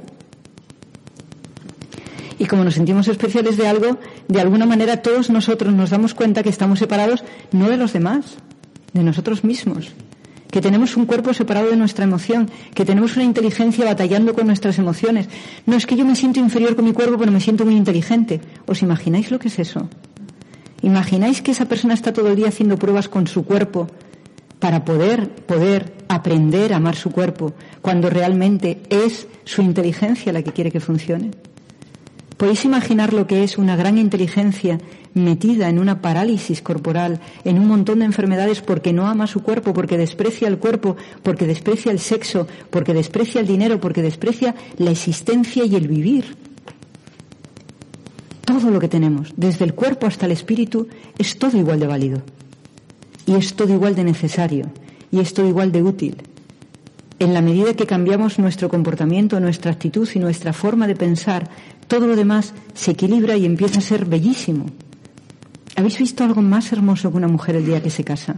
Y como nos sentimos especiales de algo, de alguna manera todos nosotros nos damos cuenta que estamos separados no de los demás, de nosotros mismos. Que tenemos un cuerpo separado de nuestra emoción, que tenemos una inteligencia batallando con nuestras emociones. No, es que yo me siento inferior con mi cuerpo, pero me siento muy inteligente. ¿Os imagináis lo que es eso? ¿Imagináis que esa persona está todo el día haciendo pruebas con su cuerpo para poder aprender a amar su cuerpo, cuando realmente es su inteligencia la que quiere que funcione? ¿Podéis imaginar lo que es una gran inteligencia metida en una parálisis corporal, en un montón de enfermedades porque no ama su cuerpo, porque desprecia el cuerpo, porque desprecia el sexo, porque desprecia el dinero, porque desprecia la existencia y el vivir? Todo lo que tenemos, desde el cuerpo hasta el espíritu, es todo igual de válido. Y es todo igual de necesario. Y es todo igual de útil. En la medida que cambiamos nuestro comportamiento, nuestra actitud y nuestra forma de pensar, todo lo demás se equilibra y empieza a ser bellísimo. ¿Habéis visto algo más hermoso que una mujer el día que se casa?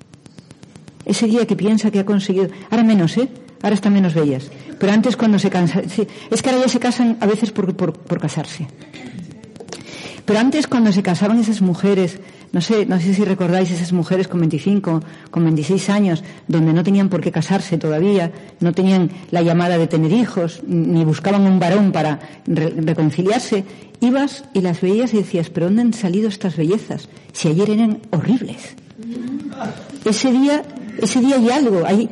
Ese día que piensa que ha conseguido... Ahora menos, Ahora están menos bellas. Pero antes cuando se casan... Sí, es que ahora ya se casan a veces por casarse. Pero antes cuando se casaban esas mujeres... No sé si recordáis esas mujeres con 25, con 26 años, donde no tenían por qué casarse todavía, no tenían la llamada de tener hijos, ni buscaban un varón para reconciliarse. Ibas y las veías y decías, ¿pero dónde han salido estas bellezas? Si ayer eran horribles. Ese día hay algo, hay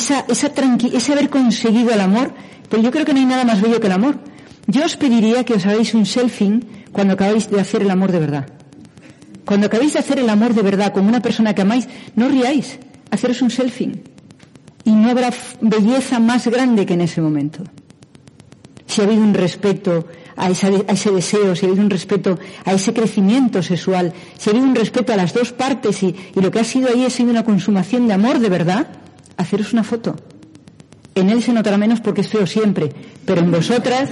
ese haber conseguido el amor, pero yo creo que no hay nada más bello que el amor. Yo os pediría que os hagáis un selfie cuando acabáis de hacer el amor de verdad. Cuando acabéis de hacer el amor de verdad con una persona que amáis, no riáis, haceros un selfie. Y no habrá belleza más grande que en ese momento. Si ha habido un respeto a ese deseo, si ha habido un respeto a ese crecimiento sexual, si ha habido un respeto a las dos partes y lo que ha sido ahí ha sido una consumación de amor de verdad, haceros una foto. En él se notará menos porque es feo siempre, pero en vosotras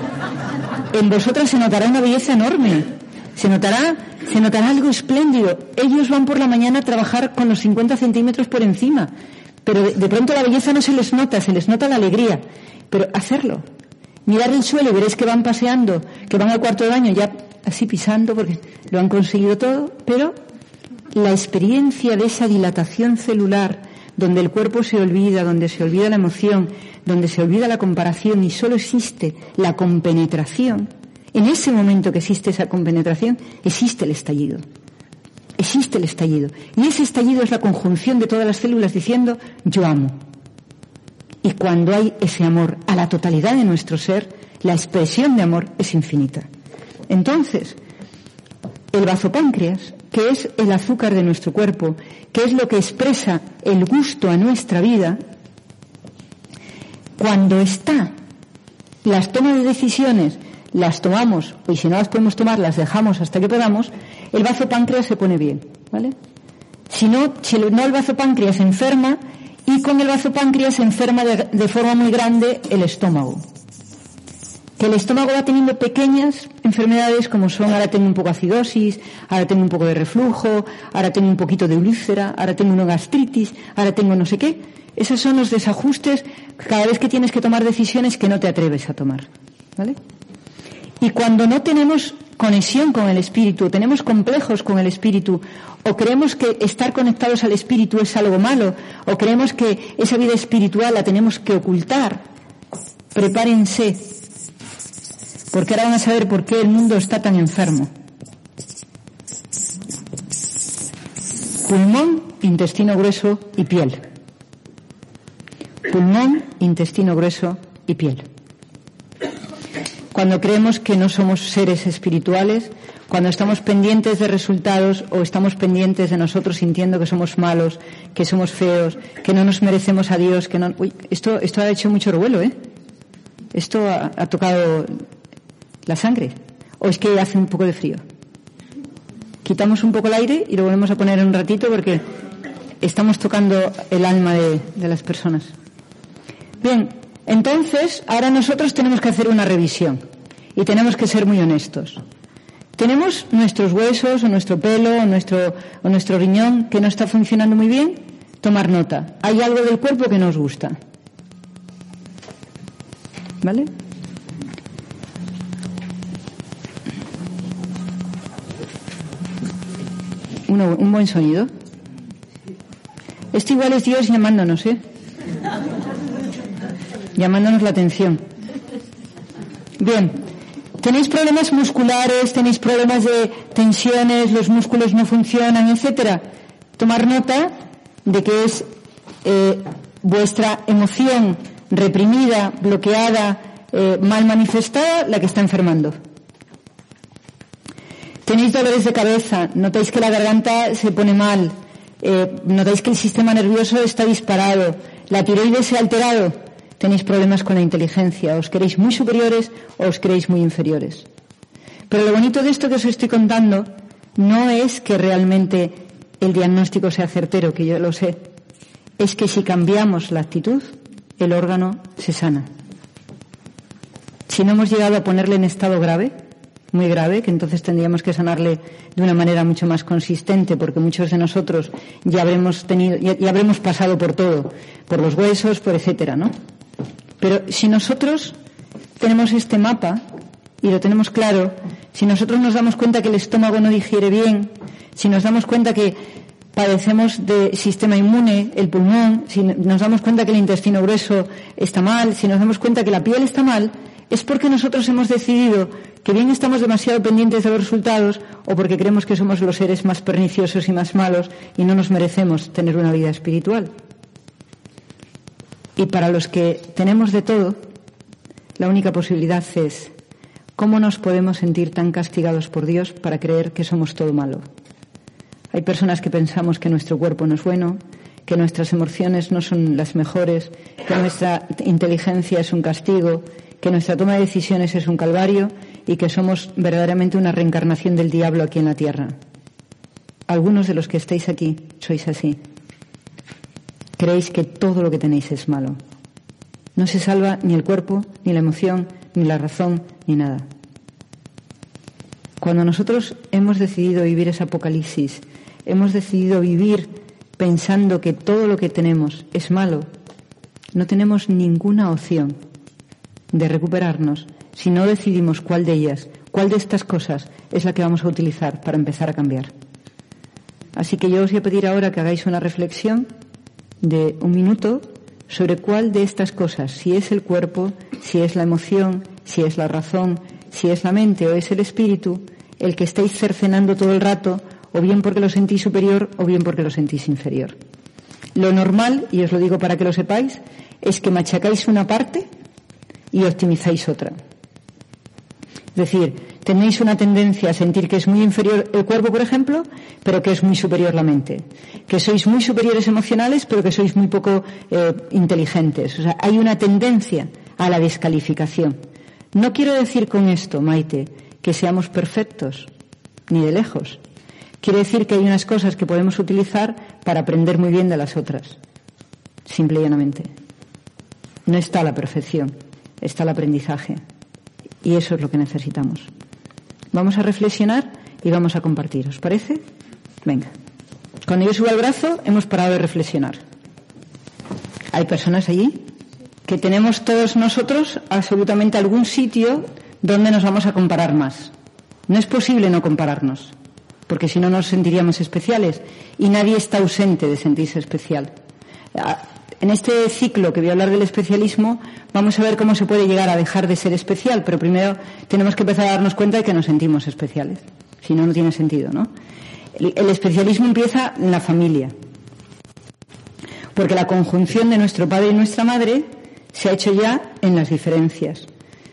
se notará una belleza enorme. Se notará algo espléndido. Ellos van por la mañana a trabajar con los 50 centímetros por encima, pero de pronto la belleza no se les nota la alegría. Pero hacerlo, mirar el suelo y veréis que van paseando, que van al cuarto de baño ya así pisando porque lo han conseguido todo, pero la experiencia de esa dilatación celular, donde el cuerpo se olvida, donde se olvida la emoción, donde se olvida la comparación y solo existe la compenetración. En ese momento que existe esa compenetración, existe el estallido. Existe el estallido. Y ese estallido es la conjunción de todas las células diciendo, yo amo. Y cuando hay ese amor a la totalidad de nuestro ser, la expresión de amor es infinita. Entonces, el bazopáncreas, que es el azúcar de nuestro cuerpo, que es lo que expresa el gusto a nuestra vida, cuando está, las tomas de decisiones las tomamos, y si no las podemos tomar, las dejamos hasta que podamos, el bazopáncreas se pone bien, ¿vale? Si no, el bazopáncreas se enferma, y con el bazopáncreas se enferma de forma muy grande el estómago. Que el estómago va teniendo pequeñas enfermedades como son, ahora tengo un poco de acidosis, ahora tengo un poco de reflujo, ahora tengo un poquito de úlcera, ahora tengo una gastritis, ahora tengo no sé qué. Esos son los desajustes cada vez que tienes que tomar decisiones que no te atreves a tomar, ¿vale? Y cuando no tenemos conexión con el espíritu, tenemos complejos con el espíritu, o creemos que estar conectados al espíritu es algo malo, o creemos que esa vida espiritual la tenemos que ocultar, prepárense, porque ahora van a saber por qué el mundo está tan enfermo. Pulmón, intestino grueso y piel. Pulmón, intestino grueso y piel. Cuando creemos que no somos seres espirituales, cuando estamos pendientes de resultados o estamos pendientes de nosotros sintiendo que somos malos, que somos feos, que no nos merecemos a Dios, que no... Uy, esto ha hecho mucho revuelo, ¿eh? Esto ha tocado la sangre. ¿O es que hace un poco de frío? Quitamos un poco el aire y lo volvemos a poner en un ratito porque estamos tocando el alma de las personas. Bien, entonces ahora nosotros tenemos que hacer una revisión y tenemos que ser muy honestos. ¿Tenemos nuestros huesos o nuestro pelo o nuestro riñón que no está funcionando muy bien? Tomar nota. Hay algo del cuerpo que nos gusta. ¿Vale? Un buen sonido. Esto igual es Dios llamándonos, llamándonos la atención. Bien, tenéis problemas musculares, tenéis problemas de tensiones, los músculos no funcionan, etcétera. Tomar nota de que es vuestra emoción reprimida, bloqueada, mal manifestada, la que está enfermando. Tenéis dolores de cabeza, notáis que la garganta se pone mal, notáis que el sistema nervioso está disparado, la tiroides se ha alterado, tenéis problemas con la inteligencia, os creéis muy superiores o os creéis muy inferiores. Pero lo bonito de esto que os estoy contando no es que realmente el diagnóstico sea certero, que yo lo sé, es que si cambiamos la actitud, el órgano se sana. Si no hemos llegado a ponerle en estado grave, muy grave, que entonces tendríamos que sanarle de una manera mucho más consistente, porque muchos de nosotros ya habremos pasado por todo, por los huesos, por etcétera, ¿no? Pero si nosotros tenemos este mapa y lo tenemos claro, si nosotros nos damos cuenta que el estómago no digiere bien, si nos damos cuenta que padecemos de sistema inmune, el pulmón, si nos damos cuenta que el intestino grueso está mal, si nos damos cuenta que la piel está mal, es porque nosotros hemos decidido que bien estamos demasiado pendientes de los resultados o porque creemos que somos los seres más perniciosos y más malos y no nos merecemos tener una vida espiritual. Y para los que tenemos de todo, la única posibilidad es ¿cómo nos podemos sentir tan castigados por Dios para creer que somos todo malo? Hay personas que pensamos que nuestro cuerpo no es bueno, que nuestras emociones no son las mejores, que nuestra inteligencia es un castigo, que nuestra toma de decisiones es un calvario y que somos verdaderamente una reencarnación del diablo aquí en la tierra. Algunos de los que estáis aquí sois así. Creéis que todo lo que tenéis es malo. No se salva ni el cuerpo, ni la emoción, ni la razón, ni nada. Cuando nosotros hemos decidido vivir ese apocalipsis, hemos decidido vivir pensando que todo lo que tenemos es malo, no tenemos ninguna opción de recuperarnos si no decidimos cuál de ellas, cuál de estas cosas es la que vamos a utilizar para empezar a cambiar. Así que yo os voy a pedir ahora que hagáis una reflexión de 1 minuto sobre cuál de estas cosas, si es el cuerpo, si es la emoción, si es la razón, si es la mente o es el espíritu, el que estáis cercenando todo el rato, o bien porque lo sentís superior o bien porque lo sentís inferior. Lo normal, y os lo digo para que lo sepáis, es que machacáis una parte y optimizáis otra. Es decir, tenéis una tendencia a sentir que es muy inferior el cuerpo, por ejemplo, pero que es muy superior la mente. Que sois muy superiores emocionales, pero que sois muy poco inteligentes. O sea, hay una tendencia a la descalificación. No quiero decir con esto, Maite, que seamos perfectos, ni de lejos. Quiere decir que hay unas cosas que podemos utilizar para aprender muy bien de las otras. Simple y llanamente. No está la perfección, está el aprendizaje. Y eso es lo que necesitamos. Vamos a reflexionar y vamos a compartir. ¿Os parece? Venga. Cuando yo subo el brazo, hemos parado de reflexionar. ¿Hay personas allí? Que tenemos todos nosotros absolutamente algún sitio donde nos vamos a comparar más. No es posible no compararnos, porque si no nos sentiríamos especiales, y nadie está ausente de sentirse especial. En este ciclo que voy a hablar del especialismo, vamos a ver cómo se puede llegar a dejar de ser especial, pero primero tenemos que empezar a darnos cuenta de que nos sentimos especiales. Si no, no tiene sentido, ¿no? El especialismo empieza en la familia, porque la conjunción de nuestro padre y nuestra madre se ha hecho ya en las diferencias.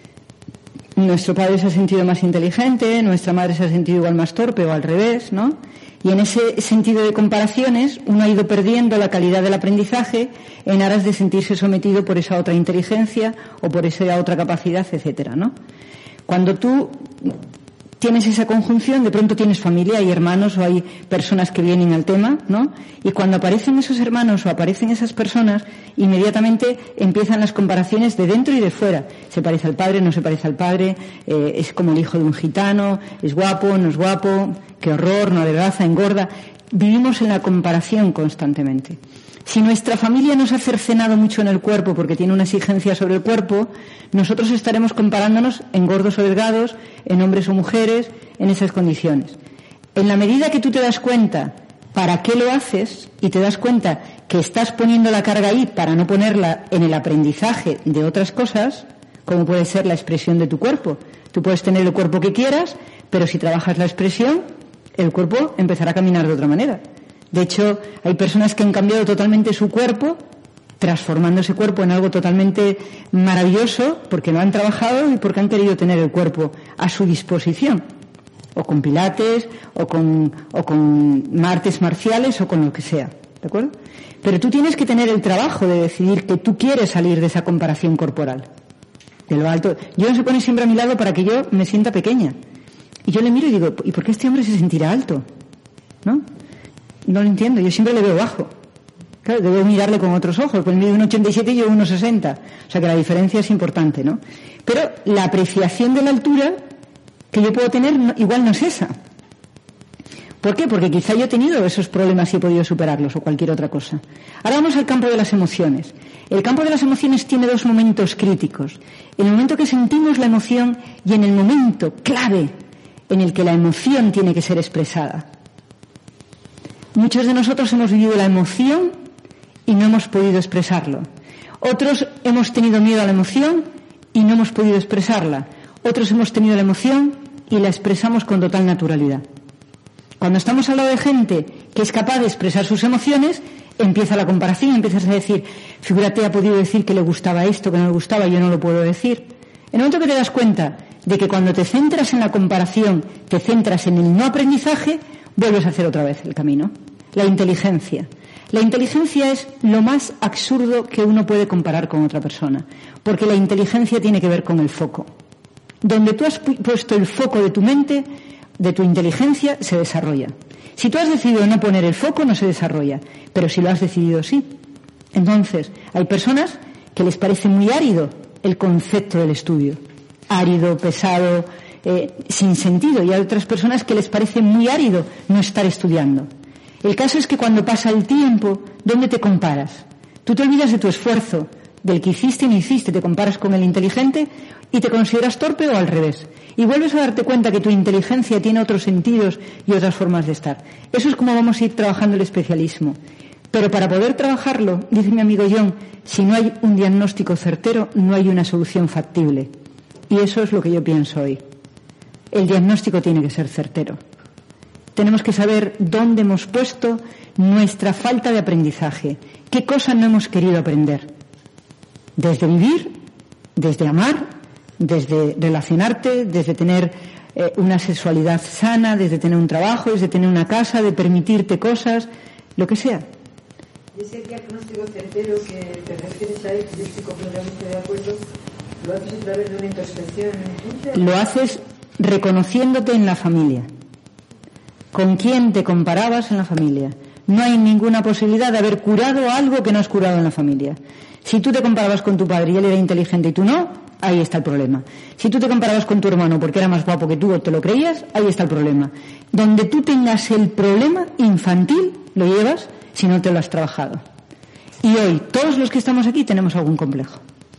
Nuestro padre se ha sentido más inteligente, nuestra madre se ha sentido igual más torpe o al revés, ¿no? Y en ese sentido de comparaciones, uno ha ido perdiendo la calidad del aprendizaje en aras de sentirse sometido por esa otra inteligencia o por esa otra capacidad, etcétera, ¿no? Cuando tú tienes esa conjunción, de pronto tienes familia, hay hermanos o hay personas que vienen al tema, ¿no? Y cuando aparecen esos hermanos o aparecen esas personas, inmediatamente empiezan las comparaciones de dentro y de fuera. Se parece al padre, no se parece al padre, es como el hijo de un gitano, es guapo, no es guapo, qué horror, no adelgaza, engorda. Vivimos en la comparación constantemente. Si nuestra familia nos ha cercenado mucho en el cuerpo porque tiene una exigencia sobre el cuerpo, nosotros estaremos comparándonos en gordos o delgados, en hombres o mujeres, en esas condiciones. En la medida que tú te das cuenta para qué lo haces y te das cuenta que estás poniendo la carga ahí para no ponerla en el aprendizaje de otras cosas, como puede ser la expresión de tu cuerpo. Tú puedes tener el cuerpo que quieras, pero si trabajas la expresión, el cuerpo empezará a caminar de otra manera. De hecho, hay personas que han cambiado totalmente su cuerpo, transformando ese cuerpo en algo totalmente maravilloso, porque lo han trabajado y porque han querido tener el cuerpo a su disposición. o con pilates, o con artes marciales, o con lo que sea, ¿de acuerdo? Pero tú tienes que tener el trabajo de decidir que tú quieres salir de esa comparación corporal, de lo alto. Dios se pone siempre a mi lado para que yo me sienta pequeña. Y yo le miro y digo, ¿y por qué este hombre se sentirá alto? ¿No? No lo entiendo, yo siempre le veo bajo. Claro, debo mirarle con otros ojos, pues mide 1,87 y yo 1,60. O sea que la diferencia es importante, ¿no? Pero la apreciación de la altura que yo puedo tener igual no es esa. ¿Por qué? Porque quizá yo he tenido esos problemas y he podido superarlos o cualquier otra cosa. Ahora vamos al campo de las emociones. El campo de las emociones tiene dos momentos críticos. En el momento que sentimos la emoción y en el momento clave en el que la emoción tiene que ser expresada. Muchos de nosotros hemos vivido la emoción y no hemos podido expresarlo. Otros hemos tenido miedo a la emoción y no hemos podido expresarla. Otros hemos tenido la emoción y la expresamos con total naturalidad. Cuando estamos al lado de gente que es capaz de expresar sus emociones, empieza la comparación, empiezas a decir, figúrate, ha podido decir que le gustaba esto, que no le gustaba, yo no lo puedo decir. En el momento que te das cuenta de que cuando te centras en la comparación, te centras en el no aprendizaje, vuelves a hacer otra vez el camino. La inteligencia. La inteligencia es lo más absurdo que uno puede comparar con otra persona, porque la inteligencia tiene que ver con el foco. Donde tú has puesto el foco de tu mente, de tu inteligencia, se desarrolla. Si tú has decidido no poner el foco, no se desarrolla, pero si lo has decidido, sí. Entonces, hay personas que les parece muy árido el concepto del estudio. Árido, pesado, sin sentido, y hay otras personas que les parece muy árido no estar estudiando. El caso es que cuando pasa el tiempo, ¿dónde te comparas? Tú te olvidas de tu esfuerzo, del que hiciste y no hiciste, te comparas con el inteligente y te consideras torpe o al revés. Y vuelves a darte cuenta que tu inteligencia tiene otros sentidos y otras formas de estar. Eso es como vamos a ir trabajando el especialismo. Pero para poder trabajarlo, dice mi amigo John, si no hay un diagnóstico certero, no hay una solución factible. Y eso es lo que yo pienso hoy. El diagnóstico tiene que ser certero. Tenemos que saber dónde hemos puesto nuestra falta de aprendizaje, qué cosas no hemos querido aprender. Desde vivir, desde amar, desde relacionarte, desde tener una sexualidad sana, desde tener un trabajo, desde tener una casa, de permitirte cosas, lo que sea. Y ese diagnóstico certero que te refieres a él, yo estoy completamente de acuerdo, lo haces a través de una introspección. Lo haces reconociéndote en la familia. ¿Con quién te comparabas en la familia? No hay ninguna posibilidad de haber curado algo que no has curado en la familia. Si tú te comparabas con tu padre y él era inteligente y tú no, ahí está el problema. Si tú te comparabas con tu hermano porque era más guapo que tú o te lo creías, ahí está el problema. Donde tú tengas el problema infantil, lo llevas si no te lo has trabajado. Y hoy, todos los que estamos aquí tenemos algún complejo.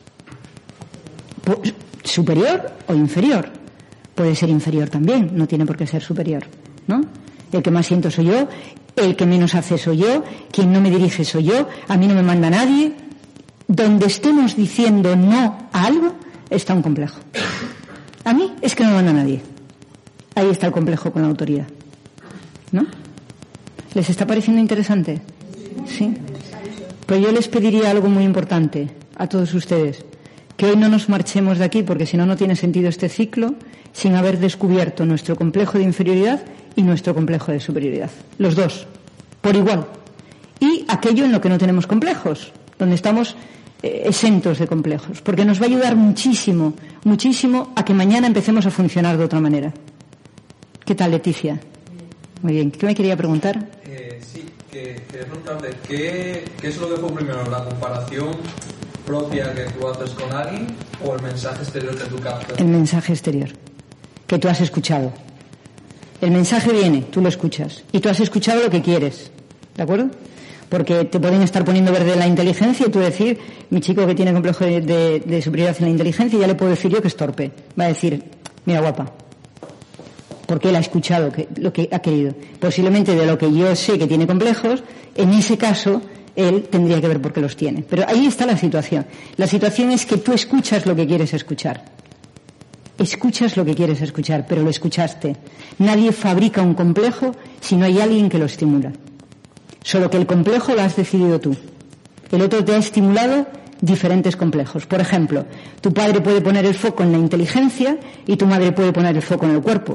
Superior o inferior. Puede ser inferior también, no tiene por qué ser superior, ¿no? El que más siento soy yo, el que menos hace soy yo, quien no me dirige soy yo, a mí no me manda nadie. Donde estemos diciendo no a algo, está un complejo. A mí es que no me manda nadie. Ahí está el complejo con la autoridad, ¿no? ¿Les está pareciendo interesante? Sí. Pues yo les pediría algo muy importante a todos ustedes, que hoy no nos marchemos de aquí, porque si no, no tiene sentido este ciclo sin haber descubierto nuestro complejo de inferioridad y nuestro complejo de superioridad. Los dos, por igual. Y aquello en lo que no tenemos complejos, donde estamos exentos de complejos, porque nos va a ayudar muchísimo, muchísimo a que mañana empecemos a funcionar de otra manera. ¿Qué tal, Leticia? Muy bien. ¿Qué me quería preguntar? Sí, quería preguntarte, ¿qué es lo que fue primero, la comparación propia que tú haces con alguien o el mensaje exterior que tú captas? El mensaje exterior, que tú has escuchado. El mensaje viene, tú lo escuchas, y tú has escuchado lo que quieres, ¿de acuerdo? Porque te pueden estar poniendo verde la inteligencia y tú decir, mi chico que tiene complejo de superioridad en la inteligencia, ya le puedo decir yo que es torpe. Va a decir, mira guapa, porque él ha escuchado lo que ha querido. Posiblemente de lo que yo sé que tiene complejos, en ese caso él tendría que ver por qué los tiene. Pero ahí está la situación. La situación es que tú escuchas lo que quieres escuchar. Escuchas lo que quieres escuchar, pero lo escuchaste. Nadie fabrica un complejo si no hay alguien que lo estimula. Solo que el complejo lo has decidido tú. El otro te ha estimulado diferentes complejos. Por ejemplo, tu padre puede poner el foco en la inteligencia y tu madre puede poner el foco en el cuerpo.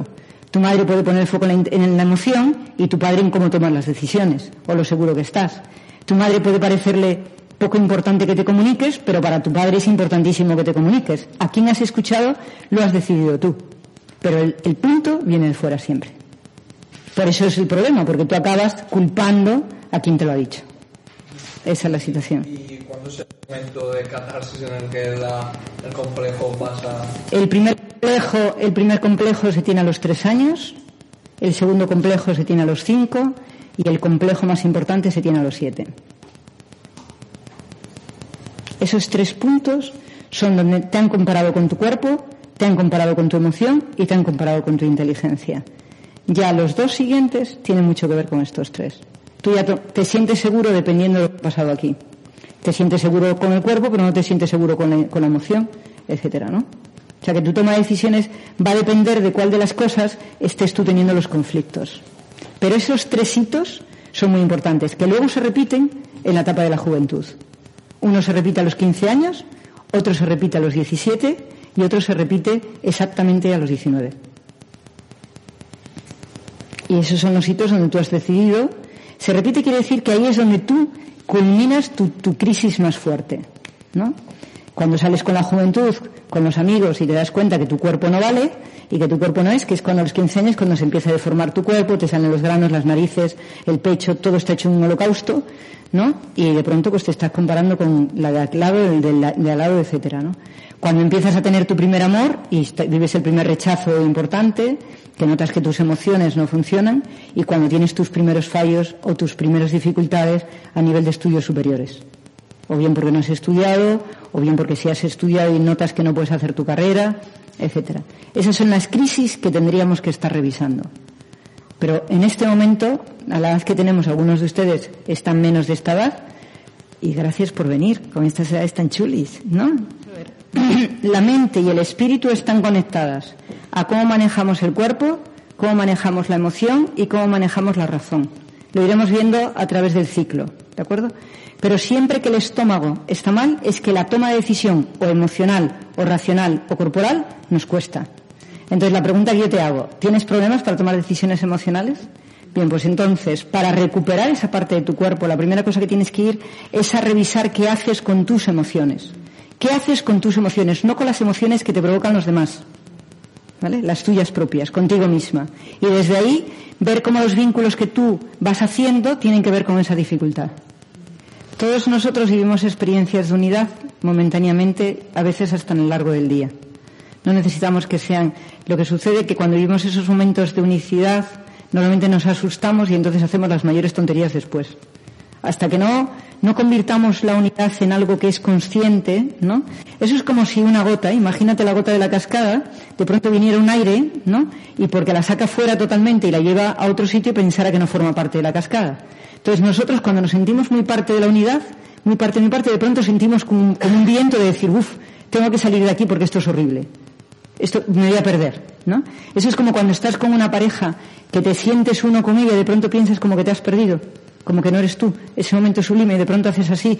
Tu madre puede poner el foco en la emoción y tu padre en cómo tomas las decisiones o lo seguro que estás. Tu madre puede parecerle poco importante que te comuniques, pero para tu padre es importantísimo que te comuniques. A quién has escuchado lo has decidido tú. Pero el punto viene de fuera siempre. Por eso es el problema, porque tú acabas culpando a quien te lo ha dicho. Esa es la situación. ¿Y cuándo es el momento de catarsis en el que el complejo pasa? El primer complejo se tiene a los 3 años, el segundo complejo se tiene a los 5 y el complejo más importante se tiene a los 7. Esos 3 puntos son donde te han comparado con tu cuerpo, te han comparado con tu emoción y te han comparado con tu inteligencia. Ya los 2 siguientes tienen mucho que ver con estos 3. Tú ya te sientes seguro dependiendo de lo que ha pasado aquí. Te sientes seguro con el cuerpo, pero no te sientes seguro con la emoción, etcétera, ¿no? O sea que tu toma de decisiones va a depender de cuál de las cosas estés tú teniendo los conflictos. Pero esos 3 hitos son muy importantes, que luego se repiten en la etapa de la juventud. Uno se repite a los 15 años, otro se repite a los 17 y otro se repite exactamente a los 19. Y esos son los hitos donde tú has decidido. Se repite quiere decir que ahí es donde tú culminas tu crisis más fuerte, ¿no? Cuando sales con la juventud, con los amigos y te das cuenta que tu cuerpo no vale y que tu cuerpo no es, que es cuando a los 15 años cuando se empieza a deformar tu cuerpo, te salen los granos, las narices, el pecho, todo está hecho un holocausto, ¿no? Y de pronto pues te estás comparando con la de al lado, el de al lado, etcétera, ¿no? Cuando empiezas a tener tu primer amor y vives el primer rechazo importante, que notas que tus emociones no funcionan, y cuando tienes tus primeros fallos o tus primeras dificultades a nivel de estudios superiores. O bien porque no has estudiado, o bien porque sí has estudiado y notas que no puedes hacer tu carrera, etcétera. Esas son las crisis que tendríamos que estar revisando. Pero en este momento, a la edad que tenemos, algunos de ustedes están menos de esta edad, y gracias por venir, con estas edades tan chulis, ¿no? La mente y el espíritu están conectadas a cómo manejamos el cuerpo, cómo manejamos la emoción y cómo manejamos la razón. Lo iremos viendo a través del ciclo, ¿de acuerdo? Pero siempre que el estómago está mal, es que la toma de decisión o emocional, o racional, o corporal, nos cuesta. Entonces la pregunta que yo te hago, ¿tienes problemas para tomar decisiones emocionales? Bien, pues entonces, para recuperar esa parte de tu cuerpo, la primera cosa que tienes que ir es a revisar qué haces con tus emociones. ¿Qué haces con tus emociones? No con las emociones que te provocan los demás, ¿vale? Las tuyas propias, contigo misma. Y desde ahí, ver cómo los vínculos que tú vas haciendo tienen que ver con esa dificultad. Todos nosotros vivimos experiencias de unidad momentáneamente, a veces hasta en el largo del día. No necesitamos que sean. Lo que sucede es que cuando vivimos esos momentos de unicidad, normalmente nos asustamos y entonces hacemos las mayores tonterías después. Hasta que no convirtamos la unidad en algo que es consciente, ¿no? Eso es como si una gota, imagínate la gota de la cascada, de pronto viniera un aire, ¿no? Y porque la saca fuera totalmente y la lleva a otro sitio pensara que no forma parte de la cascada. Entonces nosotros cuando nos sentimos muy parte de la unidad, muy parte, de pronto sentimos como un viento de decir, tengo que salir de aquí porque esto es horrible. Esto me voy a perder, ¿no? Eso es como cuando estás con una pareja que te sientes uno con ella y de pronto piensas como que te has perdido, como que no eres tú. Ese momento sublime y de pronto haces así,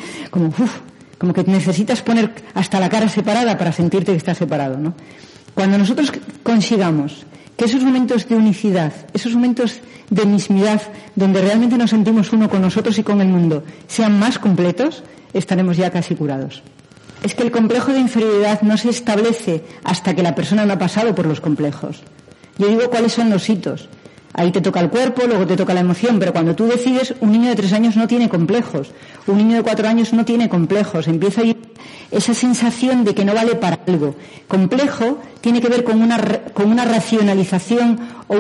como que necesitas poner hasta la cara separada para sentirte que estás separado, ¿no? Cuando nosotros consigamos que esos momentos de unicidad, esos momentos de mismidad, donde realmente nos sentimos uno con nosotros y con el mundo, sean más completos, estaremos ya casi curados. Es que el complejo de inferioridad no se establece hasta que la persona no ha pasado por los complejos. Yo digo cuáles son los hitos. Ahí te toca el cuerpo, luego te toca la emoción, pero cuando tú decides, un niño de 3 años no tiene complejos, un niño de 4 años no tiene complejos, empieza a ir esa sensación de que no vale para algo. Complejo tiene que ver con una racionalización o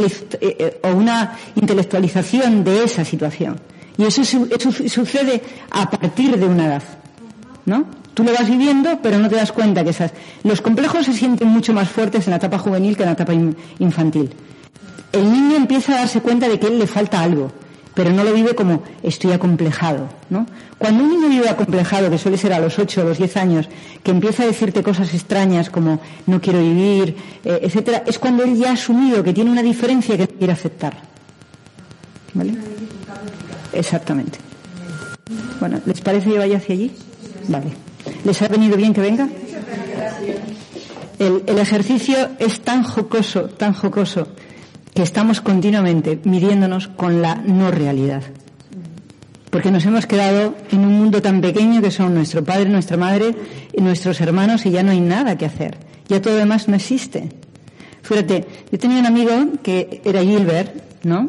una intelectualización de esa situación. Y eso sucede a partir de una edad, ¿no? Tú lo vas viviendo, pero no te das cuenta que los complejos se sienten mucho más fuertes en la etapa juvenil que en la etapa infantil. El niño empieza a darse cuenta de que a él le falta algo, pero no lo vive como estoy acomplejado, ¿no? Cuando un niño vive acomplejado, que suele ser a los 8 o los 10 años, que empieza a decirte cosas extrañas como no quiero vivir, etcétera, es cuando él ya ha asumido que tiene una diferencia que no quiere aceptar. ¿Vale? Exactamente. Bueno, ¿les parece que vaya hacia allí? Vale. ¿Les ha venido bien que venga? El ejercicio es tan jocoso, que estamos continuamente midiéndonos con la no realidad. Porque nos hemos quedado en un mundo tan pequeño que son nuestro padre, nuestra madre y nuestros hermanos, y ya no hay nada que hacer. Ya todo lo demás no existe. Fíjate, yo tenía un amigo que era Gilbert, ¿no?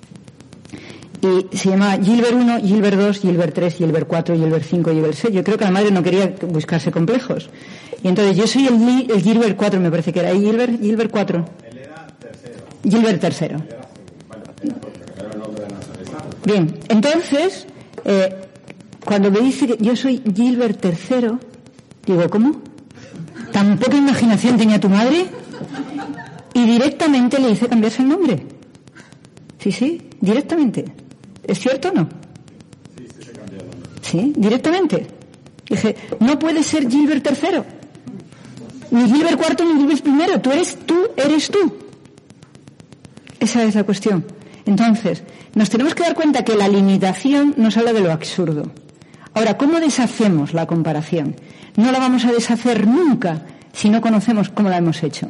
Y se llamaba Gilbert 1, Gilbert 2, Gilbert 3, Gilbert 4, Gilbert 5, Gilbert 6. Yo creo que la madre no quería buscarse complejos. Y entonces yo soy el Gilbert 4, me parece que era. Gilbert 4. Él era tercero. Gilbert tercero. Bien, entonces, cuando me dice que yo soy Gilbert tercero, digo, ¿cómo? ¿Tan poca imaginación tenía tu madre? Y directamente le hice cambiarse el nombre. Sí, directamente. ¿Es cierto o no? Sí, se cambió el nombre. Sí, directamente. Dije, no puedes ser Gilbert tercero. Ni Gilbert cuarto ni Gilbert primero. Tú eres tú. Esa es la cuestión. Entonces, nos tenemos que dar cuenta que la limitación nos habla de lo absurdo. Ahora, ¿cómo deshacemos la comparación? No la vamos a deshacer nunca si no conocemos cómo la hemos hecho.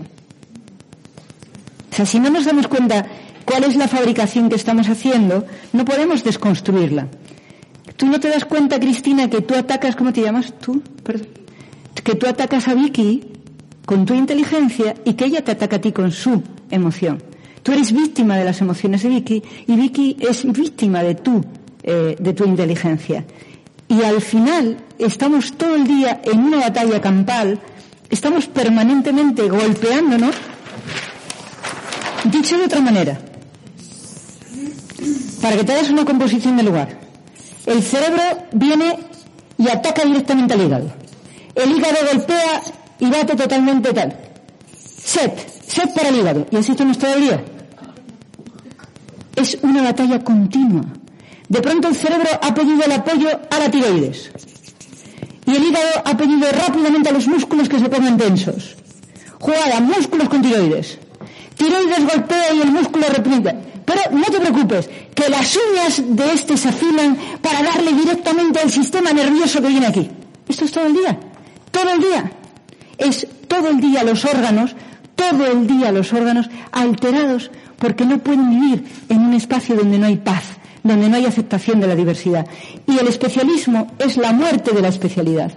O sea, si no nos damos cuenta cuál es la fabricación que estamos haciendo, no podemos desconstruirla. Tú no te das cuenta, Cristina, que tú atacas, ¿cómo te llamas tú? Perdón. Que tú atacas a Vicky con tu inteligencia y que ella te ataca a ti con su emoción. Tú eres víctima de las emociones de Vicky y Vicky es víctima de tu inteligencia. Y al final estamos todo el día en una batalla campal, estamos permanentemente golpeándonos. Dicho de otra manera, para que te hagas una composición del lugar, el cerebro viene y ataca directamente al hígado. El hígado golpea y bate totalmente tal. Set para el hígado. Y así estamos todo el día. Es una batalla continua. De pronto el cerebro ha pedido el apoyo a la tiroides. Y el hígado ha pedido rápidamente a los músculos que se pongan tensos. Jugada, músculos con tiroides. Tiroides golpea y el músculo reprime. Pero no te preocupes, que las uñas de este se afilan para darle directamente al sistema nervioso que viene aquí. Esto es todo el día. Todo el día. Es todo el día los órganos alterados porque no pueden vivir en un espacio donde no hay paz, donde no hay aceptación de la diversidad. Y el especialismo es la muerte de la especialidad.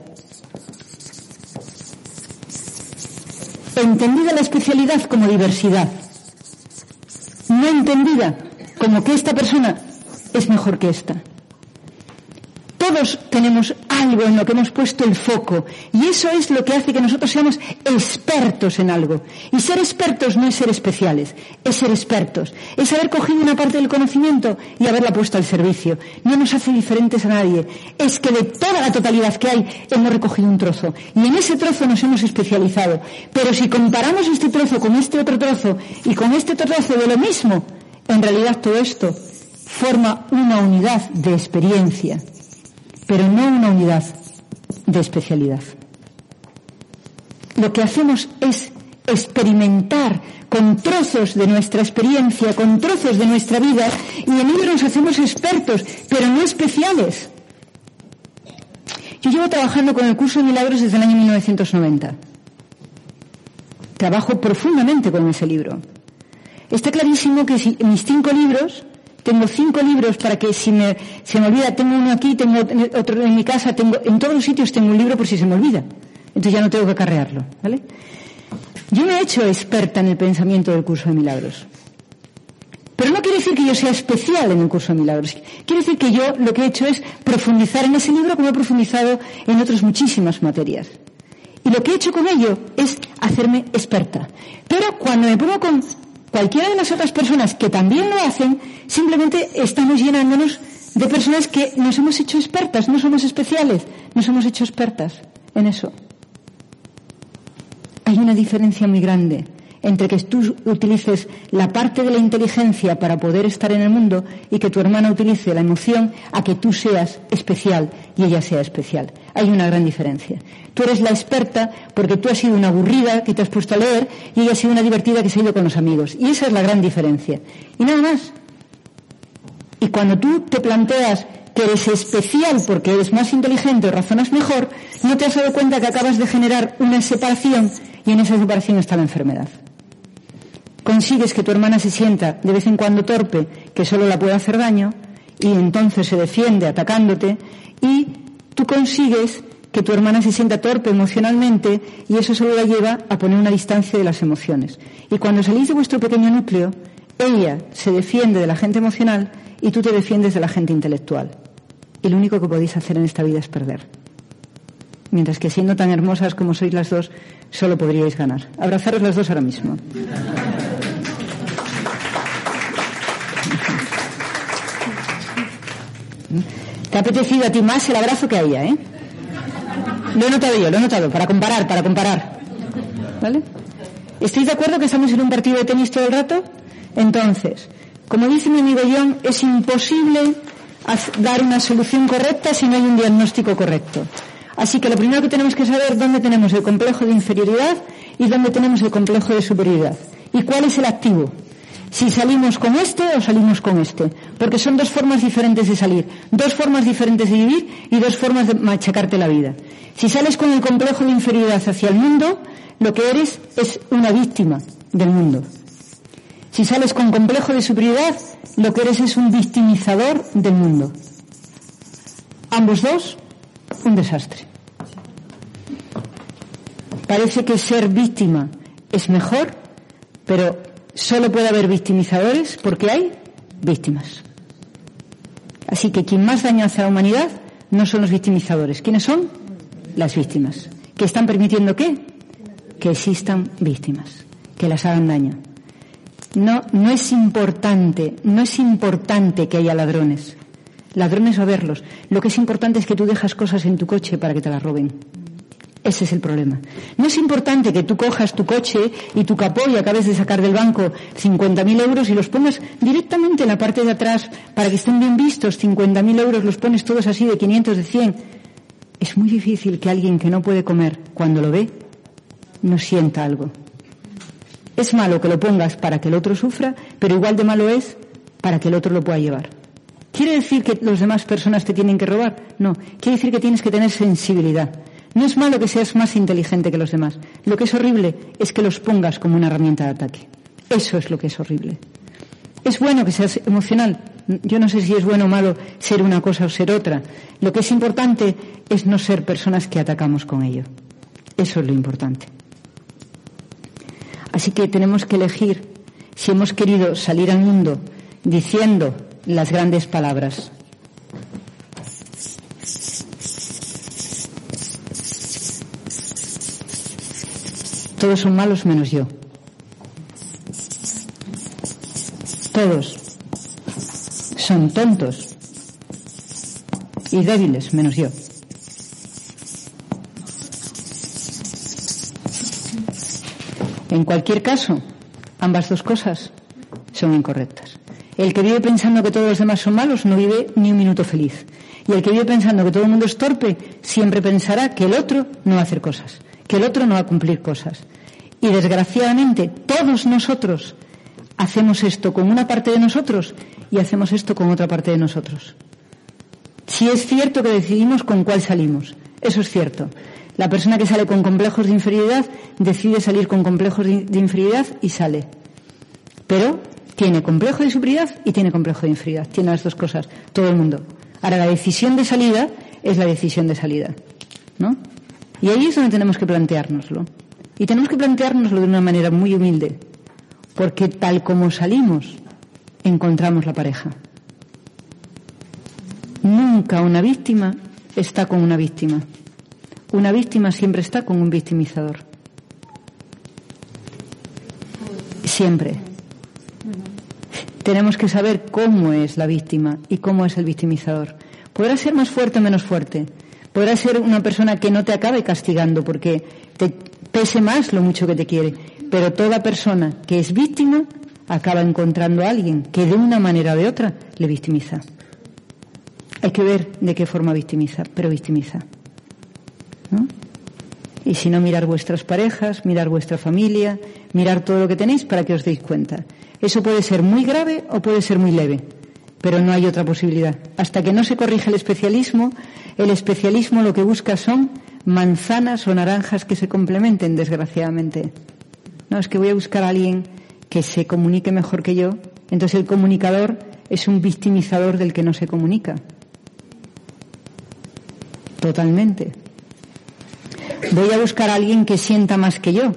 Entendida la especialidad como diversidad, no entendida como que esta persona es mejor que esta. Todos tenemos algo en lo que hemos puesto el foco y eso es lo que hace que nosotros seamos expertos en algo. Y ser expertos no es ser especiales, es ser expertos. Es haber cogido una parte del conocimiento y haberla puesto al servicio. No nos hace diferentes a nadie. Es que de toda la totalidad que hay hemos recogido un trozo y en ese trozo nos hemos especializado. Pero si comparamos este trozo con este otro trozo y con este otro trozo de lo mismo, en realidad todo esto forma una unidad de experiencia, pero no una unidad de especialidad. Lo que hacemos es experimentar con trozos de nuestra experiencia, con trozos de nuestra vida, y en ello nos hacemos expertos, pero no especiales. Yo llevo trabajando con el curso de milagros desde el año 1990. Trabajo profundamente con ese libro. Está clarísimo que si mis 5 libros... Tengo 5 libros para que se me olvida, tengo uno aquí, tengo otro en mi casa, en todos los sitios tengo un libro por si se me olvida. Entonces ya no tengo que acarrearlo, ¿vale? Yo me he hecho experta en el pensamiento del curso de milagros. Pero no quiere decir que yo sea especial en el curso de milagros. Quiere decir que yo lo que he hecho es profundizar en ese libro como he profundizado en otras muchísimas materias. Y lo que he hecho con ello es hacerme experta. Pero cuando me pongo con cualquiera de las otras personas que también lo hacen, simplemente estamos llenándonos de personas que nos hemos hecho expertas, no somos especiales, nos hemos hecho expertas en eso. Hay una diferencia muy grande entre que tú utilices la parte de la inteligencia para poder estar en el mundo y que tu hermana utilice la emoción a que tú seas especial y ella sea especial. Hay una gran diferencia. Tú eres la experta porque tú has sido una aburrida que te has puesto a leer y ella ha sido una divertida que se ha ido con los amigos. Y esa es la gran diferencia. Y nada más. Y cuando tú te planteas que eres especial porque eres más inteligente o razonas mejor, no te has dado cuenta que acabas de generar una separación y en esa separación está la enfermedad. consigues que tu hermana se sienta de vez en cuando torpe, que solo la puede hacer daño, y entonces se defiende atacándote, y tú consigues que tu hermana se sienta torpe emocionalmente, y eso solo la lleva a poner una distancia de las emociones. Y cuando salís de vuestro pequeño núcleo, ella se defiende de la gente emocional y tú te defiendes de la gente intelectual. Y lo único que podéis hacer en esta vida es perder. Mientras que siendo tan hermosas como sois las dos, solo podríais ganar. Abrazaros las dos ahora mismo. ¿Te ha apetecido a ti más el abrazo que a ella, eh? Lo he notado, para comparar. ¿Vale? ¿Estáis de acuerdo que estamos en un partido de tenis todo el rato? Entonces, como dice mi amigo John, es imposible dar una solución correcta si no hay un diagnóstico correcto. Así que lo primero que tenemos que saber es dónde tenemos el complejo de inferioridad y dónde tenemos el complejo de superioridad. ¿Y cuál es el activo? Si salimos con este o salimos con este. Porque son dos formas diferentes de salir, dos formas diferentes de vivir y dos formas de machacarte la vida. Si sales con el complejo de inferioridad hacia el mundo, lo que eres es una víctima del mundo. Si sales con complejo de superioridad, lo que eres es un victimizador del mundo. Ambos dos, un desastre. Parece que ser víctima es mejor, pero solo puede haber victimizadores porque hay víctimas. Así que quien más daño hace a la humanidad no son los victimizadores. ¿Quiénes son? Las víctimas. ¿Que están permitiendo qué? Que existan víctimas, que las hagan daño. No es importante que haya ladrones. Ladrones va a haberlos. Lo que es importante es que tú dejas cosas en tu coche para que te las roben. Ese es el problema. No es importante que tú cojas tu coche y tu capó y acabes de sacar del banco 50.000 euros y los pongas directamente en la parte de atrás para que estén bien vistos. 50.000 euros los pones todos así de 500, de 100. Es muy difícil que alguien que no puede comer, cuando lo ve, no sienta algo. Es malo que lo pongas para que el otro sufra, pero igual de malo es para que el otro lo pueda llevar. ¿Quiere decir que las demás personas te tienen que robar? No. Quiere decir que tienes que tener sensibilidad. No es malo que seas más inteligente que los demás. Lo que es horrible es que los pongas como una herramienta de ataque. Eso es lo que es horrible. ¿Es bueno que seas emocional? Yo no sé si es bueno o malo ser una cosa o ser otra. Lo que es importante es no ser personas que atacamos con ello. Eso es lo importante. Así que tenemos que elegir si hemos querido salir al mundo diciendo las grandes palabras. Todos son malos menos yo. Todos son tontos y débiles menos yo. En cualquier caso, ambas dos cosas son incorrectas. El que vive pensando que todos los demás son malos no vive ni un minuto feliz. Y el que vive pensando que todo el mundo es torpe siempre pensará que el otro no va a hacer cosas, que el otro no va a cumplir cosas. Y desgraciadamente todos nosotros hacemos esto con una parte de nosotros y hacemos esto con otra parte de nosotros. Sí es cierto que decidimos con cuál salimos, eso es cierto. La persona que sale con complejos de inferioridad decide salir con complejos de inferioridad y sale. Pero tiene complejo de superioridad y tiene complejo de inferioridad. Tiene las dos cosas, todo el mundo. Ahora, la decisión de salida es la decisión de salida, ¿no? Y ahí es donde tenemos que planteárnoslo. Y tenemos que planteárnoslo de una manera muy humilde. Porque tal como salimos, encontramos la pareja. Nunca una víctima está con una víctima. Una víctima siempre está con un victimizador. Siempre. Tenemos que saber cómo es la víctima y cómo es el victimizador. Podrá ser más fuerte o menos fuerte. Podrá ser una persona que no te acabe castigando porque te pese más lo mucho que te quiere. Pero toda persona que es víctima acaba encontrando a alguien que de una manera o de otra le victimiza. Hay que ver de qué forma victimiza, pero victimiza, ¿no? Y si no, mirar vuestras parejas, mirar vuestra familia, mirar todo lo que tenéis para que os deis cuenta. Eso puede ser muy grave o puede ser muy leve, pero no hay otra posibilidad. Hasta que no se corrige el especialismo lo que busca son manzanas o naranjas que se complementen, desgraciadamente. No, es que voy a buscar a alguien que se comunique mejor que yo, entonces el comunicador es un victimizador del que no se comunica. Totalmente. Voy a buscar a alguien que sienta más que yo.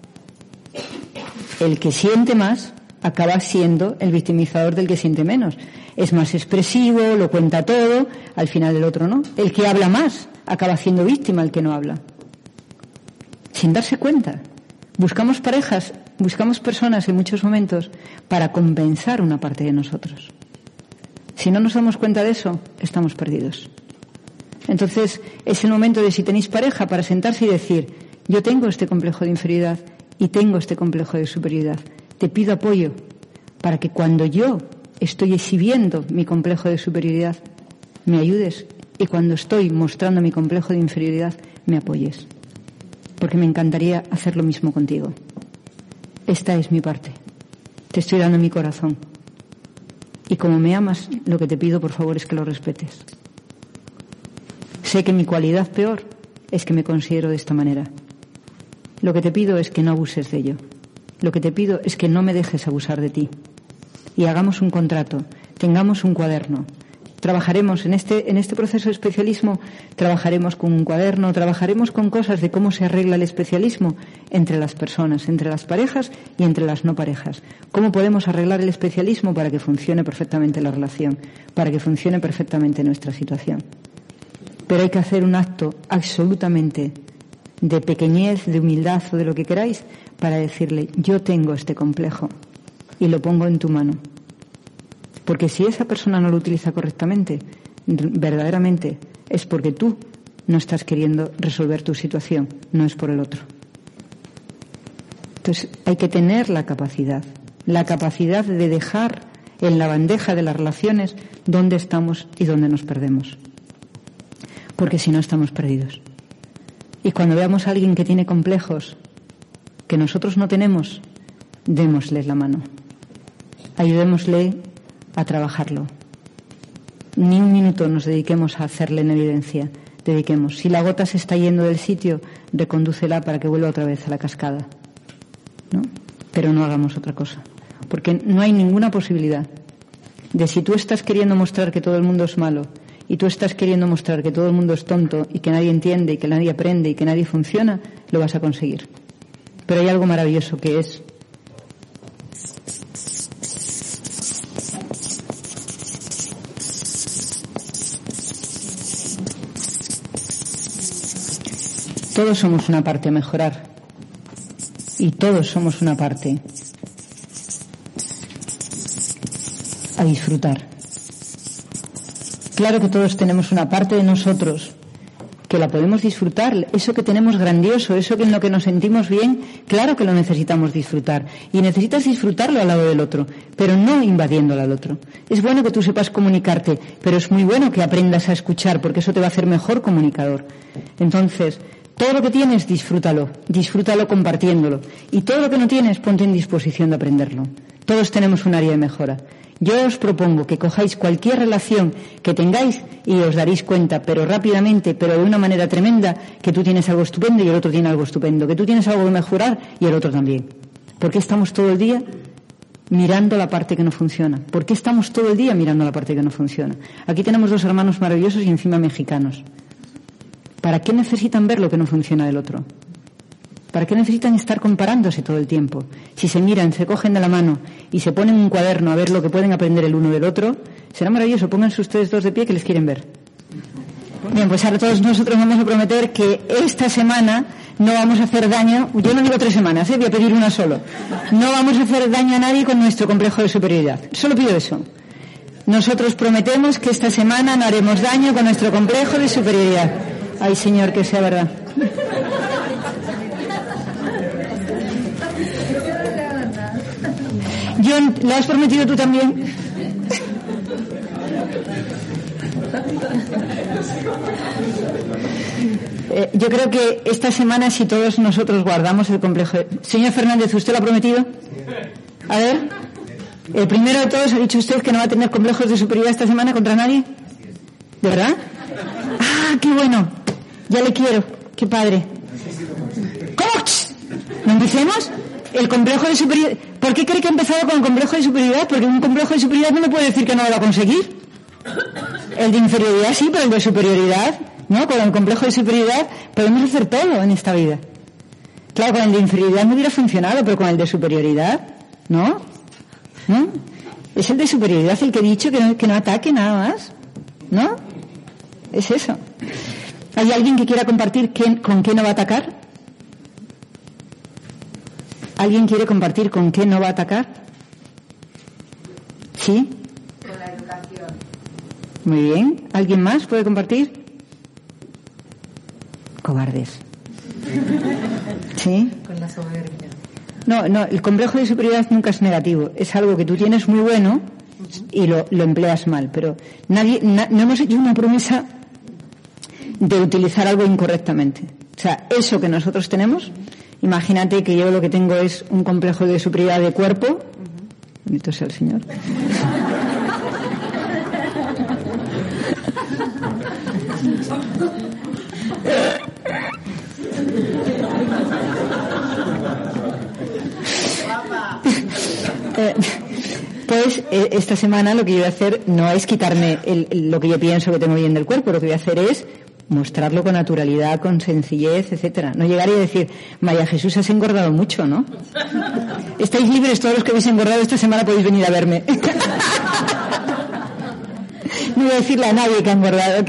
El que siente más acaba siendo el victimizador del que siente menos. Es más expresivo, lo cuenta todo, al final el otro no. El que habla más acaba siendo víctima, el que no habla. Sin darse cuenta. Buscamos parejas, buscamos personas en muchos momentos para compensar una parte de nosotros. Si no nos damos cuenta de eso, estamos perdidos. Entonces, es el momento de, si tenéis pareja, para sentarse y decir: yo tengo este complejo de inferioridad y tengo este complejo de superioridad. Te pido apoyo para que cuando yo estoy exhibiendo mi complejo de superioridad, me ayudes, y cuando estoy mostrando mi complejo de inferioridad, me apoyes. Porque me encantaría hacer lo mismo contigo. Esta es mi parte. Te estoy dando mi corazón. Y como me amas, lo que te pido, por favor, es que lo respetes. Sé que mi cualidad peor es que me considero de esta manera. Lo que te pido es que no abuses de ello. Lo que te pido es que no me dejes abusar de ti. Y hagamos un contrato, tengamos un cuaderno. Trabajaremos en este proceso de especialismo, trabajaremos con un cuaderno, trabajaremos con cosas de cómo se arregla el especialismo entre las personas, entre las parejas y entre las no parejas. Cómo podemos arreglar el especialismo para que funcione perfectamente la relación, para que funcione perfectamente nuestra situación. Pero hay que hacer un acto absolutamente de pequeñez, de humildad o de lo que queráis, para decirle: yo tengo este complejo y lo pongo en tu mano. Porque si esa persona no lo utiliza correctamente, verdaderamente es porque tú no estás queriendo resolver tu situación, no es por el otro. Entonces hay que tener la capacidad de dejar en la bandeja de las relaciones dónde estamos y dónde nos perdemos. Porque si no, estamos perdidos. Y cuando veamos a alguien que tiene complejos que nosotros no tenemos, démosle la mano. Ayudémosle a trabajarlo. Ni un minuto nos dediquemos a hacerle en evidencia. Dediquemos. Si la gota se está yendo del sitio, recondúcela para que vuelva otra vez a la cascada, ¿no? Pero no hagamos otra cosa. Porque no hay ninguna posibilidad de, si tú estás queriendo mostrar que todo el mundo es malo y tú estás queriendo mostrar que todo el mundo es tonto y que nadie entiende y que nadie aprende y que nadie funciona, lo vas a conseguir. Pero hay algo maravilloso que es: todos somos una parte a mejorar y todos somos una parte a disfrutar. Claro que todos tenemos una parte de nosotros que la podemos disfrutar, eso que tenemos grandioso, eso que en lo que nos sentimos bien, claro que lo necesitamos disfrutar. Y necesitas disfrutarlo al lado del otro, pero no invadiéndolo al otro. Es bueno que tú sepas comunicarte, pero es muy bueno que aprendas a escuchar, porque eso te va a hacer mejor comunicador. Entonces, todo lo que tienes, disfrútalo compartiéndolo. Y todo lo que no tienes, ponte en disposición de aprenderlo. Todos tenemos un área de mejora. Yo os propongo que cojáis cualquier relación que tengáis y os daréis cuenta, pero rápidamente, pero de una manera tremenda, que tú tienes algo estupendo y el otro tiene algo estupendo, que tú tienes algo que mejorar y el otro también. ¿Por qué estamos todo el día mirando la parte que no funciona? ¿Por qué estamos todo el día mirando la parte que no funciona? Aquí tenemos dos hermanos maravillosos y encima mexicanos. ¿Para qué necesitan ver lo que no funciona del otro? ¿Para qué necesitan estar comparándose todo el tiempo? Si se miran, se cogen de la mano y se ponen un cuaderno a ver lo que pueden aprender el uno del otro, será maravilloso. Pónganse ustedes dos de pie que les quieren ver. Bien, pues ahora todos nosotros vamos a prometer que esta semana no vamos a hacer daño. Yo no digo 3 semanas, voy a pedir una solo. No vamos a hacer daño a nadie con nuestro complejo de superioridad. Solo pido eso. Nosotros prometemos que esta semana no haremos daño con nuestro complejo de superioridad. Ay, Señor, que sea verdad. John, ¿lo has prometido tú también? Yo creo que esta semana, si todos nosotros guardamos el complejo... Señor Fernández, ¿usted lo ha prometido? A ver, el primero de todos, ¿ha dicho usted que no va a tener complejos de superioridad esta semana contra nadie? ¿De verdad? ¡Ah, qué bueno! Ya le quiero, qué padre. ¿Cómo? ¿No empecemos? El complejo de superioridad... ¿Por qué cree que ha empezado con el complejo de superioridad? Porque un complejo de superioridad no me puede decir que no lo va a conseguir. El de inferioridad sí, pero el de superioridad, ¿no? Con el complejo de superioridad podemos hacer todo en esta vida. Claro, con el de inferioridad no hubiera funcionado, pero con el de superioridad, ¿no? ¿No? Es el de superioridad el que he dicho que no ataque nada más, ¿no? Es eso. ¿Hay alguien que quiera compartir con qué no va a atacar? ¿Alguien quiere compartir con qué no va a atacar? ¿Sí? Con la educación. Muy bien. ¿Alguien más puede compartir? Cobardes. ¿Sí? Con la soberbia. No, el complejo de superioridad nunca es negativo. Es algo que tú tienes muy bueno y lo empleas mal. Pero no hemos hecho una promesa de utilizar algo incorrectamente. O sea, eso que nosotros tenemos, imagínate que yo lo que tengo es un complejo de superioridad de cuerpo. Bendito sea el Señor. Pues esta semana lo que yo voy a hacer no es quitarme lo que yo pienso que tengo bien del cuerpo, lo que voy a hacer es mostrarlo con naturalidad, con sencillez, etcétera. No llegar y decir, María Jesús, has engordado mucho, ¿no? Estáis libres todos los que habéis engordado esta semana, podéis venir a verme. No voy a decirle a nadie que ha engordado.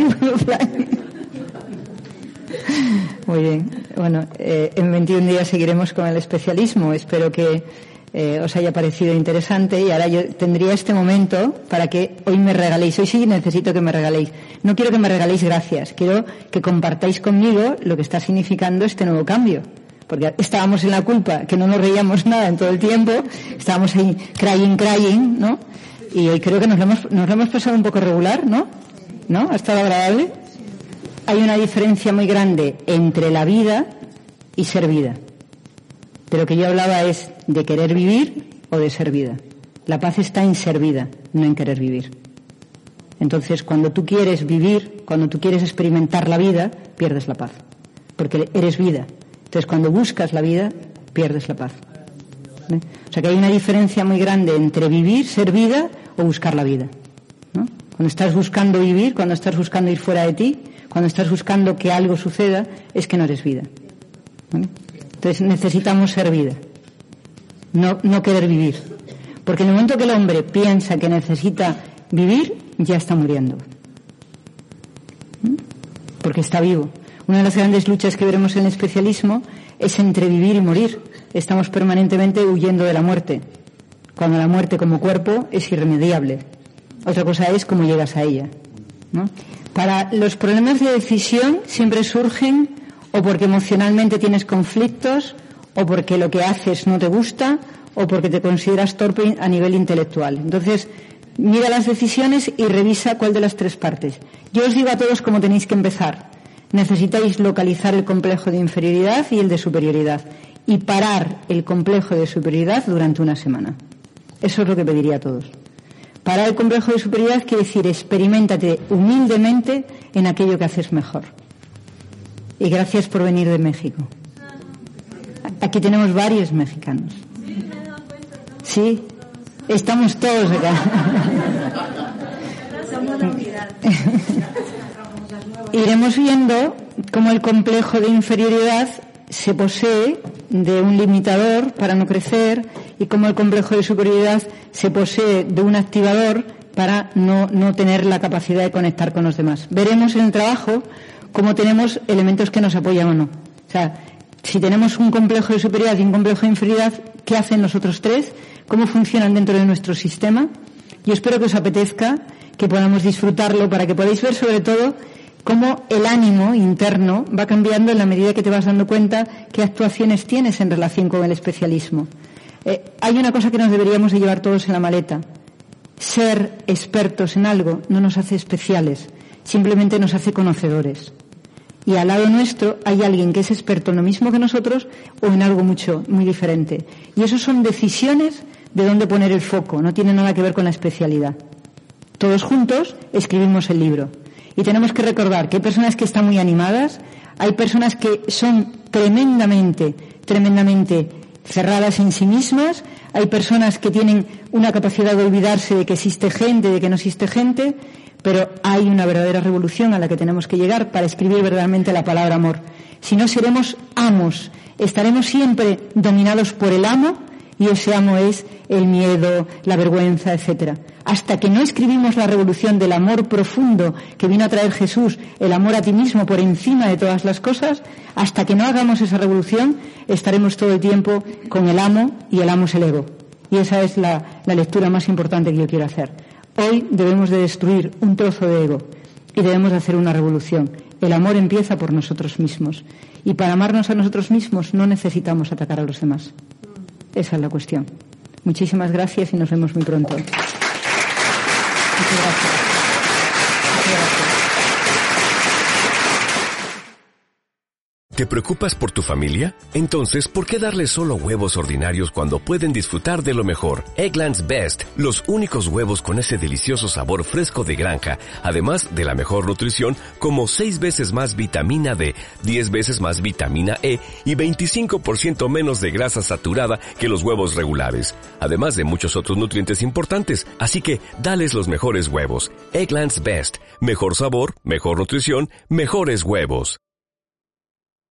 Muy bien. Bueno, en 21 días seguiremos con el especialismo. Espero que os haya parecido interesante y ahora yo tendría este momento para que hoy me regaléis. Hoy sí necesito que me regaléis. No quiero que me regaléis gracias, quiero que compartáis conmigo lo que está significando este nuevo cambio. Porque estábamos en la culpa, que no nos reíamos nada en todo el tiempo, estábamos ahí crying, ¿no? Y hoy creo que nos lo hemos pasado un poco regular, ¿no? ¿No? ¿Ha estado agradable? Hay una diferencia muy grande entre la vida y ser vida. De lo que yo hablaba es de querer vivir o de ser vida. La paz está en ser vida, no en querer vivir. Entonces, cuando tú quieres vivir, cuando tú quieres experimentar la vida, pierdes la paz. Porque eres vida. Entonces, cuando buscas la vida, pierdes la paz. ¿Eh? O sea que hay una diferencia muy grande entre vivir, ser vida o buscar la vida, ¿no? Cuando estás buscando vivir, cuando estás buscando ir fuera de ti, cuando estás buscando que algo suceda, es que no eres vida. ¿Vale? Entonces necesitamos ser vida, no querer vivir. Porque en el momento que el hombre piensa que necesita vivir, ya está muriendo. Porque está vivo. Una de las grandes luchas que veremos en el especialismo es entre vivir y morir. Estamos permanentemente huyendo de la muerte, cuando la muerte como cuerpo es irremediable. Otra cosa es cómo llegas a ella, ¿no? Para los problemas de decisión siempre surgen o porque emocionalmente tienes conflictos, o porque lo que haces no te gusta, o porque te consideras torpe a nivel intelectual. Entonces, mira las decisiones y revisa cuál de las tres partes. Yo os digo a todos cómo tenéis que empezar. Necesitáis localizar el complejo de inferioridad y el de superioridad, y parar el complejo de superioridad durante una semana. Eso es lo que pediría a todos. Parar el complejo de superioridad quiere decir experiméntate humildemente en aquello que haces mejor. Y gracias por venir de México. Aquí tenemos varios mexicanos. Sí, estamos todos acá. Iremos viendo cómo el complejo de inferioridad se posee de un limitador para no crecer y cómo el complejo de superioridad se posee de un activador para no tener la capacidad de conectar con los demás. Veremos en el trabajo cómo tenemos elementos que nos apoyan o no. O sea, si tenemos un complejo de superioridad y un complejo de inferioridad, ¿qué hacen los otros tres? ¿Cómo funcionan dentro de nuestro sistema? Yo espero que os apetezca, que podamos disfrutarlo para que podáis ver sobre todo cómo el ánimo interno va cambiando en la medida que te vas dando cuenta qué actuaciones tienes en relación con el especialismo. Hay una cosa que nos deberíamos de llevar todos en la maleta. Ser expertos en algo no nos hace especiales, simplemente nos hace conocedores. Y al lado nuestro hay alguien que es experto en lo mismo que nosotros o en algo muy diferente. Y eso son decisiones de dónde poner el foco, no tiene nada que ver con la especialidad. Todos juntos escribimos el libro. Y tenemos que recordar que hay personas que están muy animadas, hay personas que son tremendamente cerradas en sí mismas, hay personas que tienen una capacidad de olvidarse de que existe gente, de que no existe gente, pero hay una verdadera revolución a la que tenemos que llegar para escribir verdaderamente la palabra amor. Si no, seremos amos, estaremos siempre dominados por el amo, y ese amo es el miedo, la vergüenza, etcétera. Hasta que no escribimos la revolución del amor profundo que vino a traer Jesús, el amor a ti mismo por encima de todas las cosas, hasta que no hagamos esa revolución, estaremos todo el tiempo con el amo, y el amo es el ego. Y esa es la lectura más importante que yo quiero hacer. Hoy debemos de destruir un trozo de ego y debemos de hacer una revolución. El amor empieza por nosotros mismos, y para amarnos a nosotros mismos no necesitamos atacar a los demás. Esa es la cuestión. Muchísimas gracias y nos vemos muy pronto. Muchas gracias. Muchas gracias. ¿Te preocupas por tu familia? Entonces, ¿por qué darles solo huevos ordinarios cuando pueden disfrutar de lo mejor? Eggland's Best, los únicos huevos con ese delicioso sabor fresco de granja, además de la mejor nutrición, como 6 veces más vitamina D, 10 veces más vitamina E y 25% menos de grasa saturada que los huevos regulares, además de muchos otros nutrientes importantes. Así que, dales los mejores huevos. Eggland's Best, mejor sabor, mejor nutrición, mejores huevos.